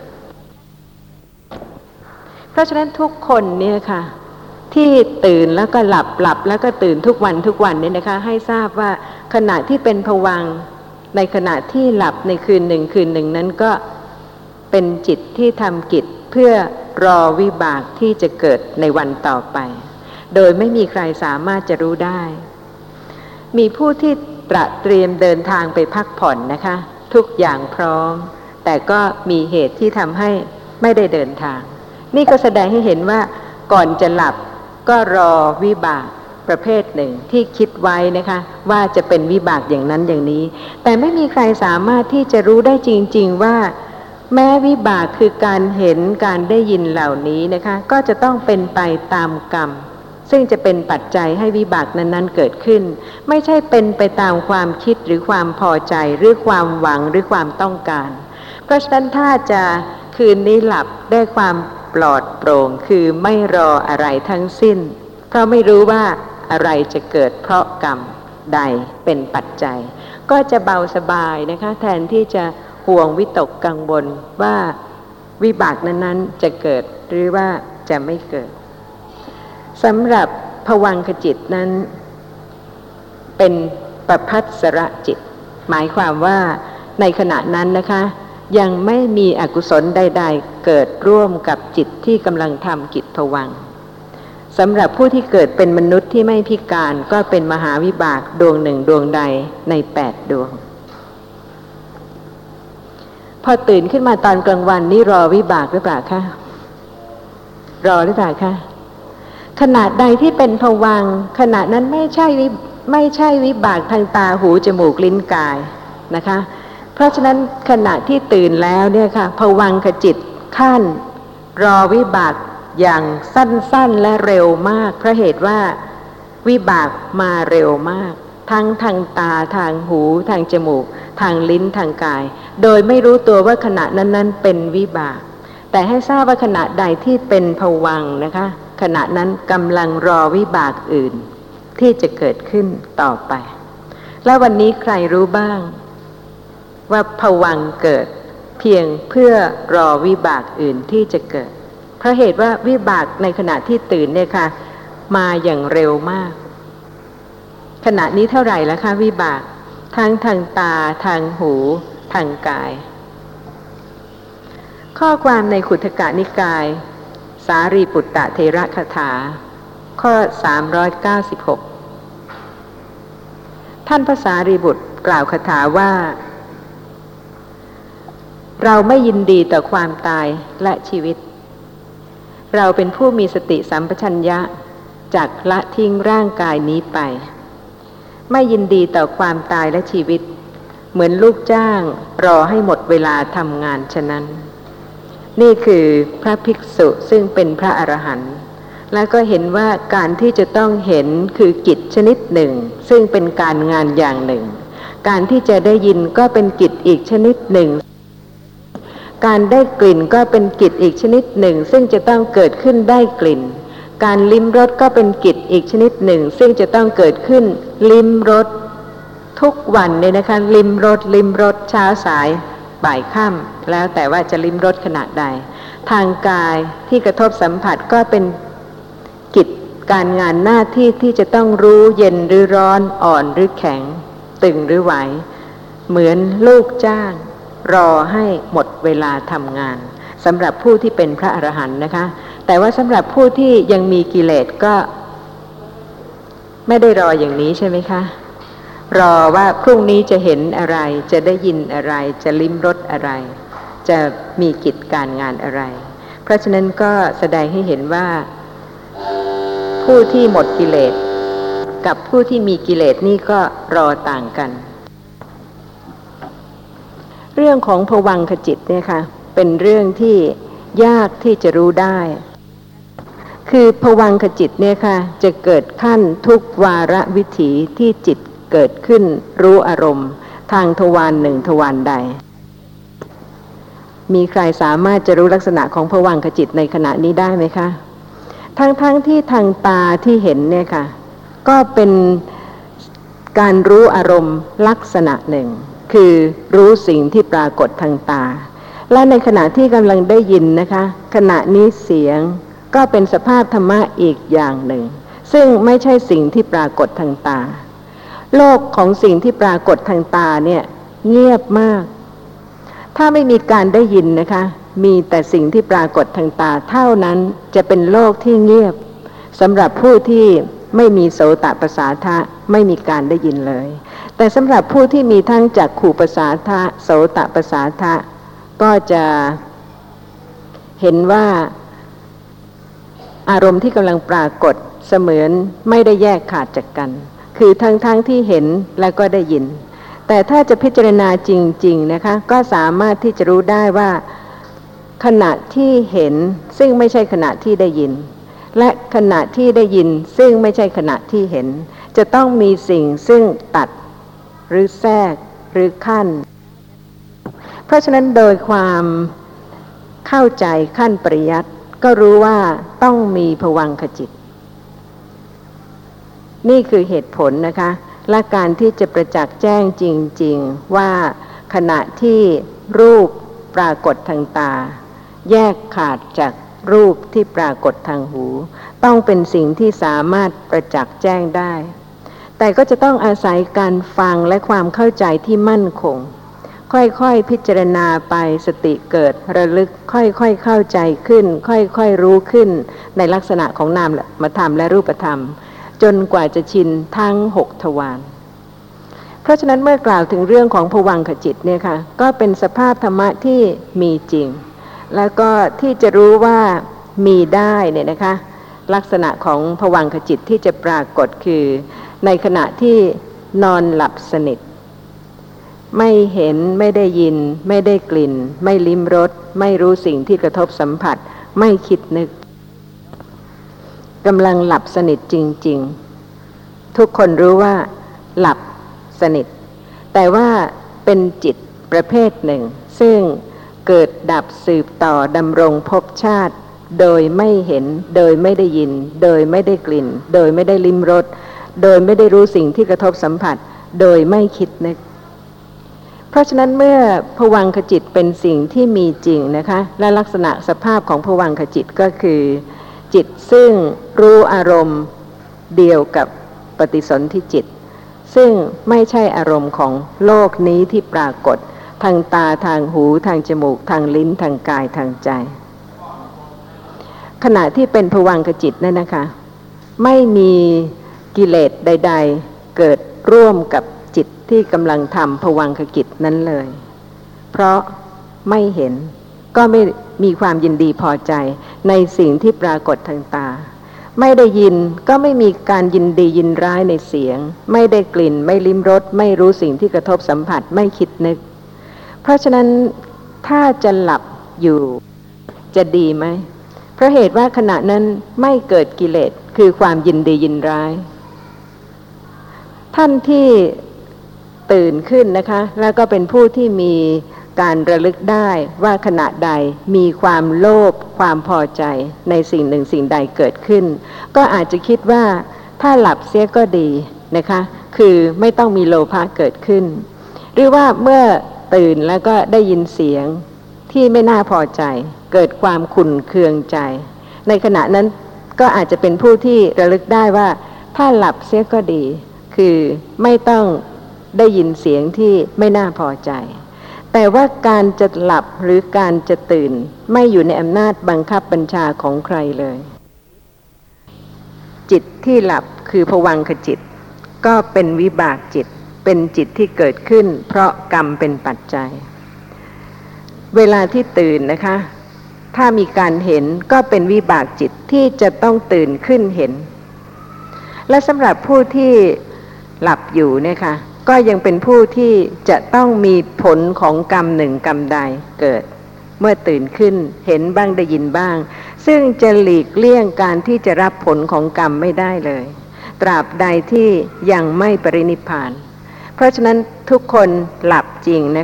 Speaker 3: เพราะฉะนั้นทุกคนเนี่ยค่ะที่ตื่นแล้วก็หลับแล้วก็ตื่นทุกวันเนี่ยนะคะให้ทราบว่าขณะที่เป็นภวังค์ในขณะที่หลับในคืนหนึ่งนั้นก็เป็นจิตที่ทำกิจเพื่อรอวิบากที่จะเกิดในวันต่อไปโดยไม่มีใครสามารถจะรู้ได้มีผู้ที่เตรียมเดินทางไปพักผ่อนนะคะทุกอย่างพร้อมแต่ก็มีเหตุที่ทำให้ไม่ได้เดินทางนี่ก็แสดงให้เห็นว่าก่อนจะหลับก็รอวิบากประเภทหนึ่งที่คิดไว้นะคะว่าจะเป็นวิบากอย่างนั้นอย่างนี้แต่ไม่มีใครสามารถที่จะรู้ได้จริงๆว่าแม้วิบากคือการเห็นการได้ยินเหล่านี้นะคะก็จะต้องเป็นไปตามกรรมซึ่งจะเป็นปัจจัยให้วิบากนั้นๆเกิดขึ้นไม่ใช่เป็นไปตามความคิดหรือความพอใจหรือความหวังหรือความต้องการเพราะฉะนั้นถ้าจะคืนนี้หลับได้ความปลอดโปร่งคือไม่รออะไรทั้งสิ้นเพราะไม่รู้ว่าอะไรจะเกิดเพราะกรรมใดเป็นปัจจัยก็จะเบาสบายนะคะแทนที่จะห่วงวิตกกังวลว่าวิบากนั้นๆจะเกิดหรือว่าจะไม่เกิดสำหรับภวังคจิตนั้นเป็นประภัสสรจิตหมายความว่าในขณะนั้นนะคะยังไม่มีอกุศลใดๆเกิดร่วมกับจิตที่กำลังทำกิจภวังค์สำหรับผู้ที่เกิดเป็นมนุษย์ที่ไม่พิการก็เป็นมหาวิบากดวงหนึ่งดวงใดใน8ดวงพอตื่นขึ้นมาตอนกลางวันนี่รอวิบากหรือเปล่าคะรอหรือเปล่าคะขณะใดที่เป็นภวังค์ขณะนั้นไม่ใช่วิบากทางตาหูจมูกลิ้นกายนะคะเพราะฉะนั้นขณะที่ตื่นแล้วเนี่ยค่ะภวังคจิตขั้นรอวิบากอย่างสั้นๆและเร็วมากเพราะเหตุว่าวิบากมาเร็วมากทั้งทางตาทางหูทางจมูกทางลิ้นทางกายโดยไม่รู้ตัวว่าขณะนั้นๆเป็นวิบากแต่ให้ทราบว่าขณะใดที่เป็นภวังค์นะคะขณะนั้นกำลังรอวิบากอื่นที่จะเกิดขึ้นต่อไปและวันนี้ใครรู้บ้างว่าภวังค์เกิดเพียงเพื่อรอวิบากอื่นที่จะเกิดเพราะเหตุว่าวิบากในขณะที่ตื่นเนี่ยค่ะมาอย่างเร็วมากขณะนี้เท่าไหร่แล้วคะวิบากทั้งทางตาทางหูทางกายข้อความในขุทกนิกายสารีปุตตเถระคถาข้อ396ท่านพระสารีบุตรกล่าวคาถาว่าเราไม่ยินดีต่อความตายและชีวิตเราเป็นผู้มีสติสัมปชัญญะจักละทิ้งร่างกายนี้ไปไม่ยินดีต่อความตายและชีวิตเหมือนลูกจ้างรอให้หมดเวลาทำงานฉะนั้นนี่คือพระภิกษุซึ่งเป็นพระอรหันต์แล้วก็เห็นว่าการที่จะต้องเห็นคือกิจชนิดหนึ่งซึ่งเป็นการงานอย่างหนึ่งการที่จะได้ยินก็เป็นกิจอีกชนิดหนึ่งการได้กลิ่นก็เป็นกิจอีกชนิดหนึ่งซึ่งจะต้องเกิดขึ้นได้กลิ่นการลิ้มรสก็เป็นกิจอีกชนิดหนึ่งซึ่งจะต้องเกิดขึ้นลิ้มรสทุกวันเนี่ยนะคะลิ้มรสเช้าสายบ่ายค่ำแล้วแต่ว่าจะลิ้มรสขนาดใดทางกายที่กระทบสัมผัสก็เป็นกิจการงานหน้าที่ที่จะต้องรู้เย็นหรือร้อนอ่อนหรือแข็งตึงหรือไหวเหมือนลูกจ้างรอให้หมดเวลาทำงานสำหรับผู้ที่เป็นพระอรหันต์นะคะแต่ว่าสำหรับผู้ที่ยังมีกิเลสก็ไม่ได้รออย่างนี้ใช่ไหมคะรอว่าพรุ่งนี้จะเห็นอะไรจะได้ยินอะไรจะลิ้มรสอะไรจะมีกิจการงานอะไรเพราะฉะนั้นก็แสดงให้เห็นว่าผู้ที่หมดกิเลสกับผู้ที่มีกิเลสนี่ก็รอต่างกันเรื่องของภวังคจิตเนี่ยค่ะเป็นเรื่องที่ยากที่จะรู้ได้คือภวังคจิตเนี่ยค่ะจะเกิดขั้นทุกวาระวิถีที่จิตเกิดขึ้นรู้อารมณ์ทางทวารหนึ่งทวารใดมีใครสามารถจะรู้ลักษณะของภวังคจิตในขณะนี้ได้ไหมคะทั้งที่ทางตาที่เห็นเนี่ยค่ะก็เป็นการรู้อารมณ์ลักษณะหนึ่งคือรู้สิ่งที่ปรากฏทางตาและในขณะที่กำลังได้ยินนะคะขณะนี้เสียงก็เป็นสภาพธรรมะอีกอย่างหนึ่งซึ่งไม่ใช่สิ่งที่ปรากฏทางตาโลกของสิ่งที่ปรากฏทางตาเนี่ยเงียบมากถ้าไม่มีการได้ยินนะคะมีแต่สิ่งที่ปรากฏทางตาเท่านั้นจะเป็นโลกที่เงียบสำหรับผู้ที่ไม่มีโสตประสาทะไม่มีการได้ยินเลยแต่สำหรับผู้ที่มีทั้งจักขุประสาทะโสตประสาทะก็จะเห็นว่าอารมณ์ที่กำลังปรากฏเสมือนไม่ได้แยกขาดจากกันคือทั้งที่เห็นและก็ได้ยินแต่ถ้าจะพิจารณาจริงๆนะคะก็สามารถที่จะรู้ได้ว่าขณะที่เห็นซึ่งไม่ใช่ขณะที่ได้ยินและขณะที่ได้ยินซึ่งไม่ใช่ขณะที่เห็นจะต้องมีสิ่งซึ่งตัดหรือแทรกหรือขั้นเพราะฉะนั้นโดยความเข้าใจขั้นปริยัติก็รู้ว่าต้องมีภวังคจิตนี่คือเหตุผลนะคะและการที่จะประจักษ์แจ้งจริงๆว่าขณะที่รูปปรากฏทางตาแยกขาดจากรูปที่ปรากฏทางหูต้องเป็นสิ่งที่สามารถประจักษ์แจ้งได้แต่ก็จะต้องอาศัยการฟังและความเข้าใจที่มั่นคงค่อยๆพิจารณาไปสติเกิดระลึกค่อยๆเข้าใจขึ้นค่อยๆรู้ขึ้นในลักษณะของนามธรรมและรูปธรรมจนกว่าจะชินทั้ง6ทวารเพราะฉะนั้นเมื่อกล่าวถึงเรื่องของภวังคจิตเนี่ยค่ะก็เป็นสภาพธรรมะที่มีจริงแล้วก็ที่จะรู้ว่ามีได้เนี่ยนะคะลักษณะของภวังคจิตที่จะปรากฏคือในขณะที่นอนหลับสนิทไม่เห็นไม่ได้ยินไม่ได้กลิ่นไม่ลิ้มรสไม่รู้สิ่งที่กระทบสัมผัสไม่คิดนึกกำลังหลับสนิทจริงๆทุกคนรู้ว่าหลับสนิทแต่ว่าเป็นจิตประเภทหนึ่งซึ่งเกิดดับสืบต่อดำรงภพชาติโดยไม่เห็นโดยไม่ได้ยินโดยไม่ได้กลิ่นโดยไม่ได้ลิ้มรสโดยไม่ได้รู้สิ่งที่กระทบสัมผัสโดยไม่คิดนึกเพราะฉะนั้นเมื่อภวังคจิตเป็นสิ่งที่มีจริงนะคะและลักษณะสภาพของภวังคจิตก็คือจิตซึ่งรู้อารมณ์เดียวกับปฏิสนธิจิตซึ่งไม่ใช่อารมณ์ของโลกนี้ที่ปรากฏทางตาทางหูทางจมูกทางลิ้นทางกายทางใจขณะที่เป็นภวังคจิตนั่นนะคะไม่มีกิเลสใดๆเกิดร่วมกับจิตที่กำลังทำภวังคกิจนั้นเลยเพราะไม่เห็นก็ไม่มีความยินดีพอใจในสิ่งที่ปรากฏทางตาไม่ได้ยินก็ไม่มีการยินดียินร้ายในเสียงไม่ได้กลิ่นไม่ลิ้มรสไม่รู้สิ่งที่กระทบสัมผัสไม่คิดนึกเพราะฉะนั้นถ้าจะหลับอยู่จะดีไหมเพราะเหตุว่าขณะนั้นไม่เกิดกิเลสคือความยินดียินร้ายท่านที่ตื่นขึ้นนะคะแล้วก็เป็นผู้ที่มีการระลึกได้ว่าขณะใดมีความโลภความพอใจในสิ่งหนึ่งสิ่งใดเกิดขึ้นก็อาจจะคิดว่าถ้าหลับเสียก็ดีนะคะคือไม่ต้องมีโลภะเกิดขึ้นหรือว่าเมื่อตื่นแล้วก็ได้ยินเสียงที่ไม่น่าพอใจเกิดความขุ่นเคืองใจในขณะนั้นก็อาจจะเป็นผู้ที่ระลึกได้ว่าถ้าหลับเสียก็ดีคือไม่ต้องได้ยินเสียงที่ไม่น่าพอใจแต่ว่าการจะหลับหรือการจะตื่นไม่อยู่ในอำนาจบังคับบัญชาของใครเลยจิตที่หลับคือภวังคจิตก็เป็นวิบากจิตเป็นจิตที่เกิดขึ้นเพราะกรรมเป็นปัจจัยเวลาที่ตื่นนะคะถ้ามีการเห็นก็เป็นวิบากจิตที่จะต้องตื่นขึ้นเห็นและสำหรับผู้ที่หลับอยู่เนี่ยค่ะก็ยังเป็นผู้ที่จะต้องมีผลของกรรมหนึ่งกรรมใดเกิดเมื่อตื่นขึ้นเห็นบ้างได้ยินบ้างซึ่งจะหลีกเลี่ยงการที่จะรับผลของกรรมไม่ได้เลยตราบใดที่ยังไม่ปรินิพพานเพราะฉะนั้นทุกคนหลับจริงนะคะ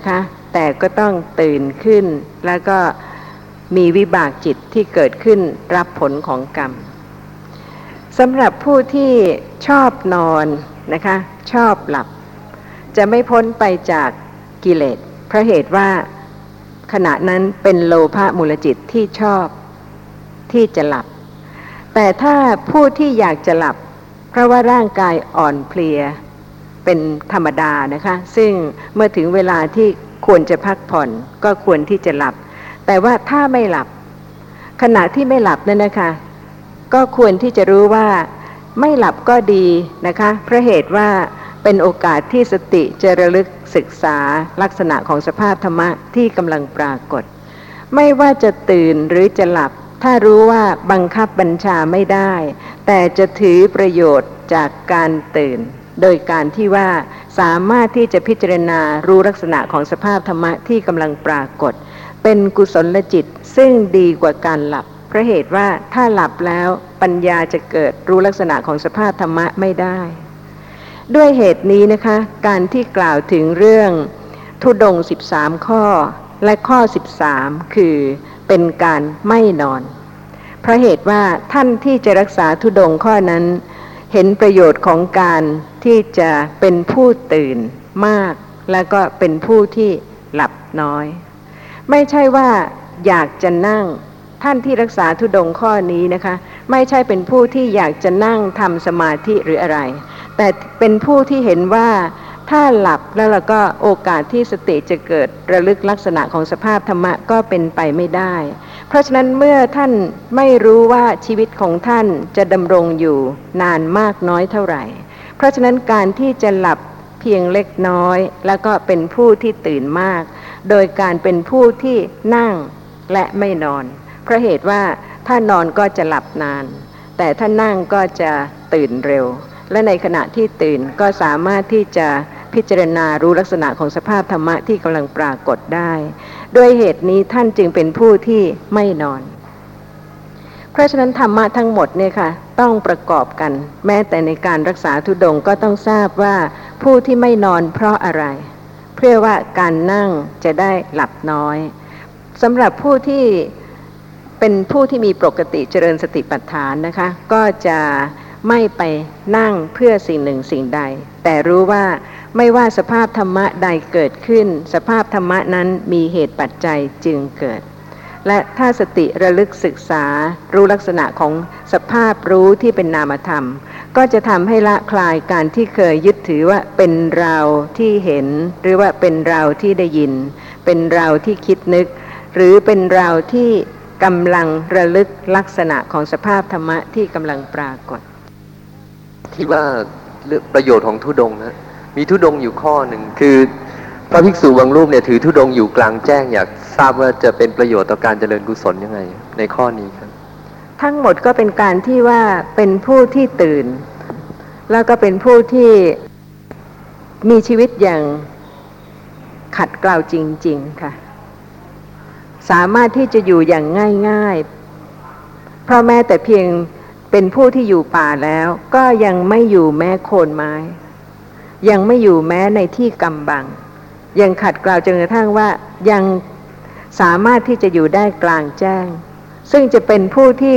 Speaker 3: แต่ก็ต้องตื่นขึ้นแล้วก็มีวิบากจิตที่เกิดขึ้นรับผลของกรรมสำหรับผู้ที่ชอบนอนนะคะชอบหลับจะไม่พ้นไปจากกิเลสเพราะเหตุว่าขณะนั้นเป็นโลภะมูลจิตที่ชอบที่จะหลับแต่ถ้าผู้ที่อยากจะหลับเพราะว่าร่างกายอ่อนเพลียเป็นธรรมดานะคะซึ่งเมื่อถึงเวลาที่ควรจะพักผ่อนก็ควรที่จะหลับแต่ว่าถ้าไม่หลับขณะที่ไม่หลับนั่นนะคะก็ควรที่จะรู้ว่าไม่หลับก็ดีนะคะเพราะเหตุว่าเป็นโอกาสที่สติจะระลึกศึกษาลักษณะของสภาพธรรมะที่กำลังปรากฏไม่ว่าจะตื่นหรือจะหลับถ้ารู้ว่าบังคับบัญชาไม่ได้แต่จะถือประโยชน์จากการตื่นโดยการที่ว่าสามารถที่จะพิจารณารู้ลักษณะของสภาพธรรมะที่กำลังปรากฏเป็นกุศลจิตซึ่งดีกว่าการหลับเพราะเหตุว่าถ้าหลับแล้วปัญญาจะเกิดรู้ลักษณะของสภาพธรรมะไม่ได้ด้วยเหตุนี้นะคะการที่กล่าวถึงเรื่องธุดงค์13ข้อและข้อ13คือเป็นการไม่นอนเพราะเหตุว่าท่านที่จะรักษาธุดงค์ข้อนั้นเห็นประโยชน์ของการที่จะเป็นผู้ตื่นมากแล้วก็เป็นผู้ที่หลับน้อยไม่ใช่ว่าอยากจะนั่งท่านที่รักษาธุดงค์ข้อนี้นะคะไม่ใช่เป็นผู้ที่อยากจะนั่งทำสมาธิหรืออะไรแต่เป็นผู้ที่เห็นว่าถ้าหลับแล้วเราก็โอกาสที่สติจะเกิดระลึกลักษณะของสภาพธรรมะก็เป็นไปไม่ได้เพราะฉะนั้นเมื่อท่านไม่รู้ว่าชีวิตของท่านจะดำรงอยู่นานมากน้อยเท่าไหร่เพราะฉะนั้นการที่จะหลับเพียงเล็กน้อยแล้วก็เป็นผู้ที่ตื่นมากโดยการเป็นผู้ที่นั่งและไม่นอนเพราะเหตุว่าถ้านอนก็จะหลับนานแต่ถ้านั่งก็จะตื่นเร็วและในขณะที่ตื่นก็สามารถที่จะพิจารณารู้ลักษณะของสภาพธรรมะที่กำลังปรากฏได้ด้วยเหตุนี้ท่านจึงเป็นผู้ที่ไม่นอนเพราะฉะนั้นธรรมะทั้งหมดเนี่ยค่ะต้องประกอบกันแม้แต่ในการรักษาธุดงค์ก็ต้องทราบว่าผู้ที่ไม่นอนเพราะอะไรเพื่อว่าการนั่งจะได้หลับน้อยสำหรับผู้ที่เป็นผู้ที่มีปกติเจริญสติปัฏฐานนะคะก็จะไม่ไปนั่งเพื่อสิ่งหนึ่งสิ่งใดแต่รู้ว่าไม่ว่าสภาพธรรมะใดเกิดขึ้นสภาพธรรมะนั้นมีเหตุปัจจัยจึงเกิดและถ้าสติระลึกศึกษารู้ลักษณะของสภาพรู้ที่เป็นนามธรรมก็จะทำให้ละคลายการที่เคยยึดถือว่าเป็นเราที่เห็นหรือว่าเป็นเราที่ได้ยินเป็นเราที่คิดนึกหรือเป็นเราที่กำลังระลึกลักษณะของสภาพธรรมะที่กำลังปรากฏ
Speaker 4: ที่ว่าเรื่องประโยชน์ของธุดงค์นะมีธุดงค์อยู่ข้อหนึ่งคือพระภิกษุบางรูปเนี่ยถือธุดงค์อยู่กลางแจ้งอยากทราบว่าจะเป็นประโยชน์ต่อการเจริญกุศลยังไงในข้อนี้ครับ
Speaker 3: ทั้งหมดก็เป็นการที่ว่าเป็นผู้ที่ตื่นแล้วก็เป็นผู้ที่มีชีวิตอย่างขัดเกลาจริงๆค่ะสามารถที่จะอยู่อย่างง่ายๆเพราะแม้แต่เพียงเป็นผู้ที่อยู่ป่าแล้วก็ยังไม่อยู่แม้โคนไม้ยังไม่อยู่แม้ในที่กำบังยังขัดเกลาจนกระทั่งว่ายังสามารถที่จะอยู่ได้กลางแจ้งซึ่งจะเป็นผู้ที่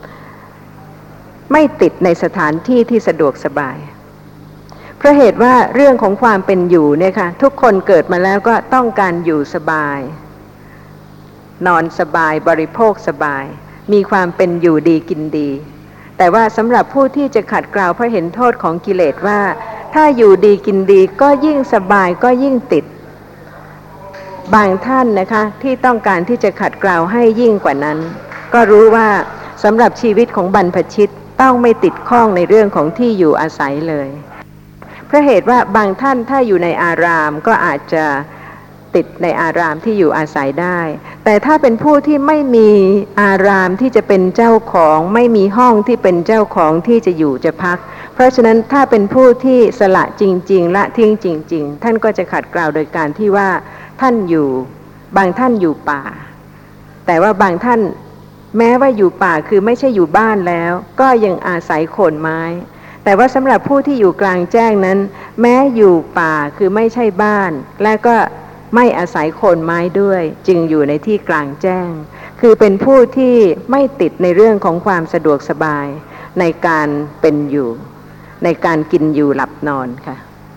Speaker 3: ไม่ติดในสถานที่ที่สะดวกสบายเพราะเหตุว่าเรื่องของความเป็นอยู่เนี่ยค่ะทุกคนเกิดมาแล้วก็ต้องการอยู่สบายนอนสบายบริโภคสบายมีความเป็นอยู่ดีกินดีแต่ว่าสำหรับผู้ที่จะขัดเกลาเพราะเห็นโทษของกิเลสว่าถ้าอยู่ดีกินดีก็ยิ่งสบายก็ยิ่งติดบางท่านนะคะที่ต้องการที่จะขัดเกลาให้ยิ่งกว่านั้นก็รู้ว่าสำหรับชีวิตของบรรพชิตต้องไม่ติดข้องในเรื่องของที่อยู่อาศัยเลยเพราะเหตุว่าบางท่านถ้าอยู่ในอารามก็อาจจะติดในอารามที่อยู่อาศัยได้แต่ถ้าเป็นผู้ที่ไม่มีอารามที่จะเป็นเจ้าของไม่มีห้องที่เป็นเจ้าของที่จะอยู่จะพักเพราะฉะนั้นถ้าเป็นผู้ที่สละจริงๆละทิ้งจริงๆท่านก็จะขัดเกลาโดยการที่ว่าท่านอยู่บางท่านอยู่ป่าแต่ว่าบางท่านแม้ว่าอยู่ป่าคือไม่ใช่อยู่บ้านแล้วก็ยังอาศัยโคนไม้แต่ว่าสำหรับผู้ที่อยู่กลางแจ้งนั้นแม้อยู่ป่าคือไม่ใช่บ้านและก็ไม่อาศัยโคนไม้ด้วยจึงอยู่ในที่กลางแจ้งคือเป็นผู้ที่ไม่ติดในเรื่องของความสะดวกสบายในการเป็นอยู่ในการกินอยู่หลับนอนค่ะ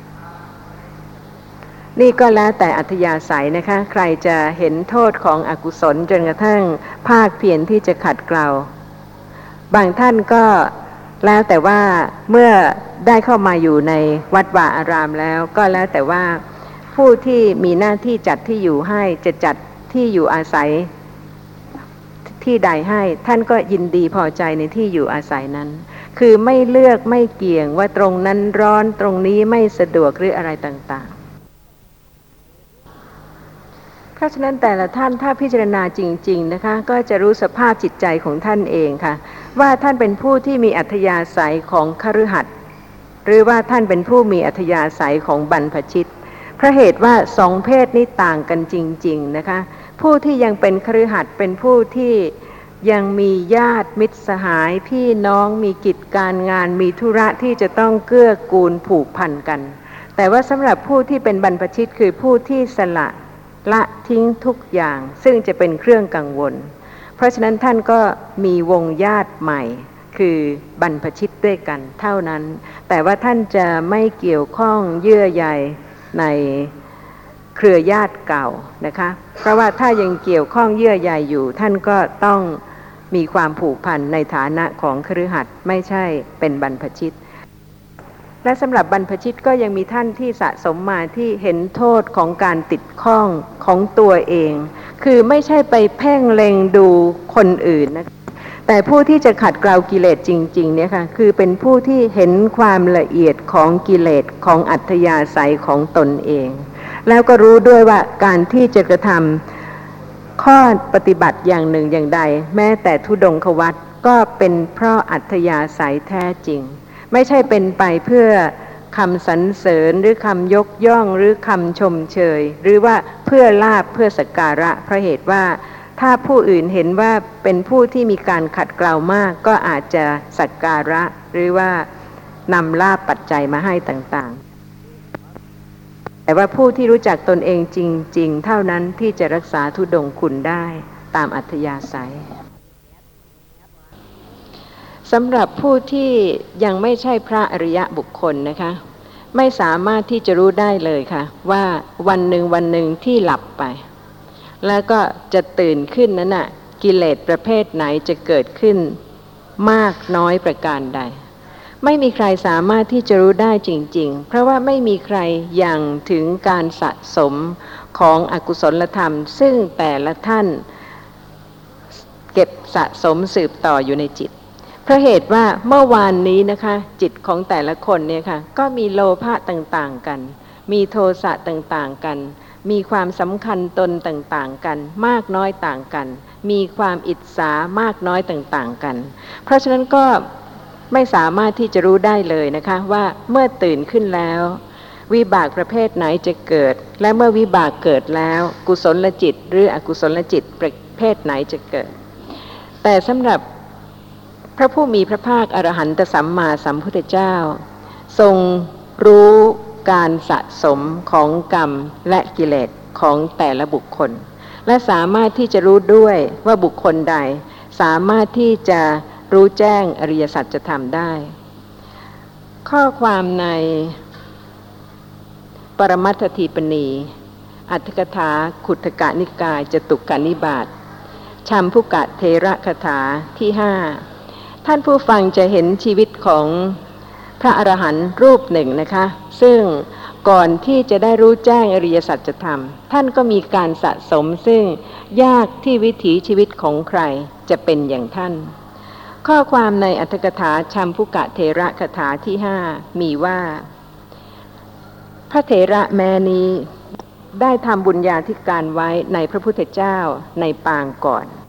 Speaker 3: นี่ก็แล้วแต่อัธยาศัยนะคะใครจะเห็นโทษของอกุศลจนกระทั่งภาคเพียรที่จะขัดเกลาบางท่านก็แล้วแต่ว่าเมื่อได้เข้ามาอยู่ในวัดวาอารามแล้วก็แล้วแต่ว่าผู้ที่มีหน้าที่จัดที่อยู่ให้จะจัดที่อยู่อาศัยที่ใดให้ท่านก็ยินดีพอใจในที่อยู่อาศัยนั้นคือไม่เลือกไม่เกี่ยงว่าตรงนั้นร้อนตรงนี้ไม่สะดวกหรืออะไรต่างๆเพราะฉะนั้นแต่ละท่านถ้าพิจารณาจริงๆนะคะก็จะรู้สภาพจิตใจของท่านเองค่ะว่าท่านเป็นผู้ที่มีอัธยาศัยของคฤหัสถ์หรือว่าท่านเป็นผู้มีอัธยาศัยของบรรพชิตเพราะเหตุว่าสองเพศนี้ต่างกันจริงๆนะคะผู้ที่ยังเป็นคฤหัสถ์เป็นผู้ที่ยังมีญาติมิตรสหายพี่น้องมีกิจการงานมีธุระที่จะต้องเกื้อกูลผูกพันกันแต่ว่าสำหรับผู้ที่เป็นบรรพชิตคือผู้ที่สละทิ้งทุกอย่างซึ่งจะเป็นเครื่องกังวลเพราะฉะนั้นท่านก็มีวงญาติใหม่คือบรรพชิตด้วยกันเท่านั้นแต่ว่าท่านจะไม่เกี่ยวข้องเยื่อใยในเครือญาติเก่านะคะเพราะว่าถ้ายังเกี่ยวข้องเยื่อใยอยู่ท่านก็ต้องมีความผูกพันในฐานะของคฤหัสถ์ไม่ใช่เป็นบรรพชิตและสำหรับบรรพชิตก็ยังมีท่านที่สะสมมาที่เห็นโทษของการติดข้องของตัวเองคือไม่ใช่ไปเพ่งเล็งดูคนอื่นนะแต่ผู้ที่จะขัดเกลากิเลสจริงๆเนี่ยค่ะคือเป็นผู้ที่เห็นความละเอียดของกิเลสของอัธยาศัยของตนเองแล้วก็รู้ด้วยว่าการที่จะกระทำข้อปฏิบัติอย่างหนึ่งอย่างใดแม้แต่ธุดงควัตรก็เป็นเพราะอัธยาศัยแท้จริงไม่ใช่เป็นไปเพื่อคำสรรเสริญหรือคำยกย่องหรือคำชมเชยหรือว่าเพื่อลาภเพื่อสักการะเพราะเหตุว่าถ้าผู้อื่นเห็นว่าเป็นผู้ที่มีการขัดเกลามากก็อาจจะสักการะหรือว่านำลาภปัจจัยมาให้ต่างๆแต่ว่าผู้ที่รู้จักตนเองจริงๆเท่านั้นที่จะรักษาธุดงค์คุณได้ตามอัธยาศัยสำหรับผู้ที่ยังไม่ใช่พระอริยบุคคลนะคะไม่สามารถที่จะรู้ได้เลยค่ะว่าวันหนึ่งที่หลับไปแล้วก็จะตื่นขึ้นนั้นน่ะกิเลสประเภทไหนจะเกิดขึ้นมากน้อยประการใดไม่มีใครสามารถที่จะรู้ได้จริงๆเพราะว่าไม่มีใครยังถึงการสะสมของอกุศลธรรมซึ่งแต่ละท่านเก็บสะสมสืบต่ออยู่ในจิตเพราะเหตุว่าเมื่อวานนี้นะคะจิตของแต่ละคนเนี่ยค่ะก็มีโลภะต่างๆกันมีโทสะต่างๆกันมีความสำคัญตนต่างๆกันมากน้อยต่างกันมีความอิจฉามากน้อยต่างๆกันเพราะฉะนั้นก็ไม่สามารถที่จะรู้ได้เลยนะคะว่าเมื่อตื่นขึ้นแล้ววิบากประเภทไหนจะเกิดและเมื่อวิบากเกิดแล้วกุศลจิตหรืออกุศลจิตประเภทไหนจะเกิดแต่สำหรับพระผู้มีพระภาคอรหันตสัมมาสัมพุทธเจ้าทรงรู้การสะสมของกรรมและกิเลสของแต่ละบุคคลและสามารถที่จะรู้ด้วยว่าบุคคลใดสามารถที่จะรู้แจ้งอริยสัจธรรมได้ข้อความในปรมัตถทีปณีอรรถกถาขุททกนิกายจตุกนิบาตชัมพุกะเทระคถาที่5ท่านผู้ฟังจะเห็นชีวิตของพระอรหันต์รูปหนึ่งนะคะซึ่งก่อนที่จะได้รู้แจ้งอริยสัจธรรมท่านก็มีการสะสมซึ่งยากที่วิถีชีวิตของใครจะเป็นอย่างท่านข้อความในอรรถกถาชัมพุกะเทระคถาที่5มีว่าพระเถระแม้นี้ได้ทำบุญญาธิการไว้ในพระพุทธเจ้าในปางก่อน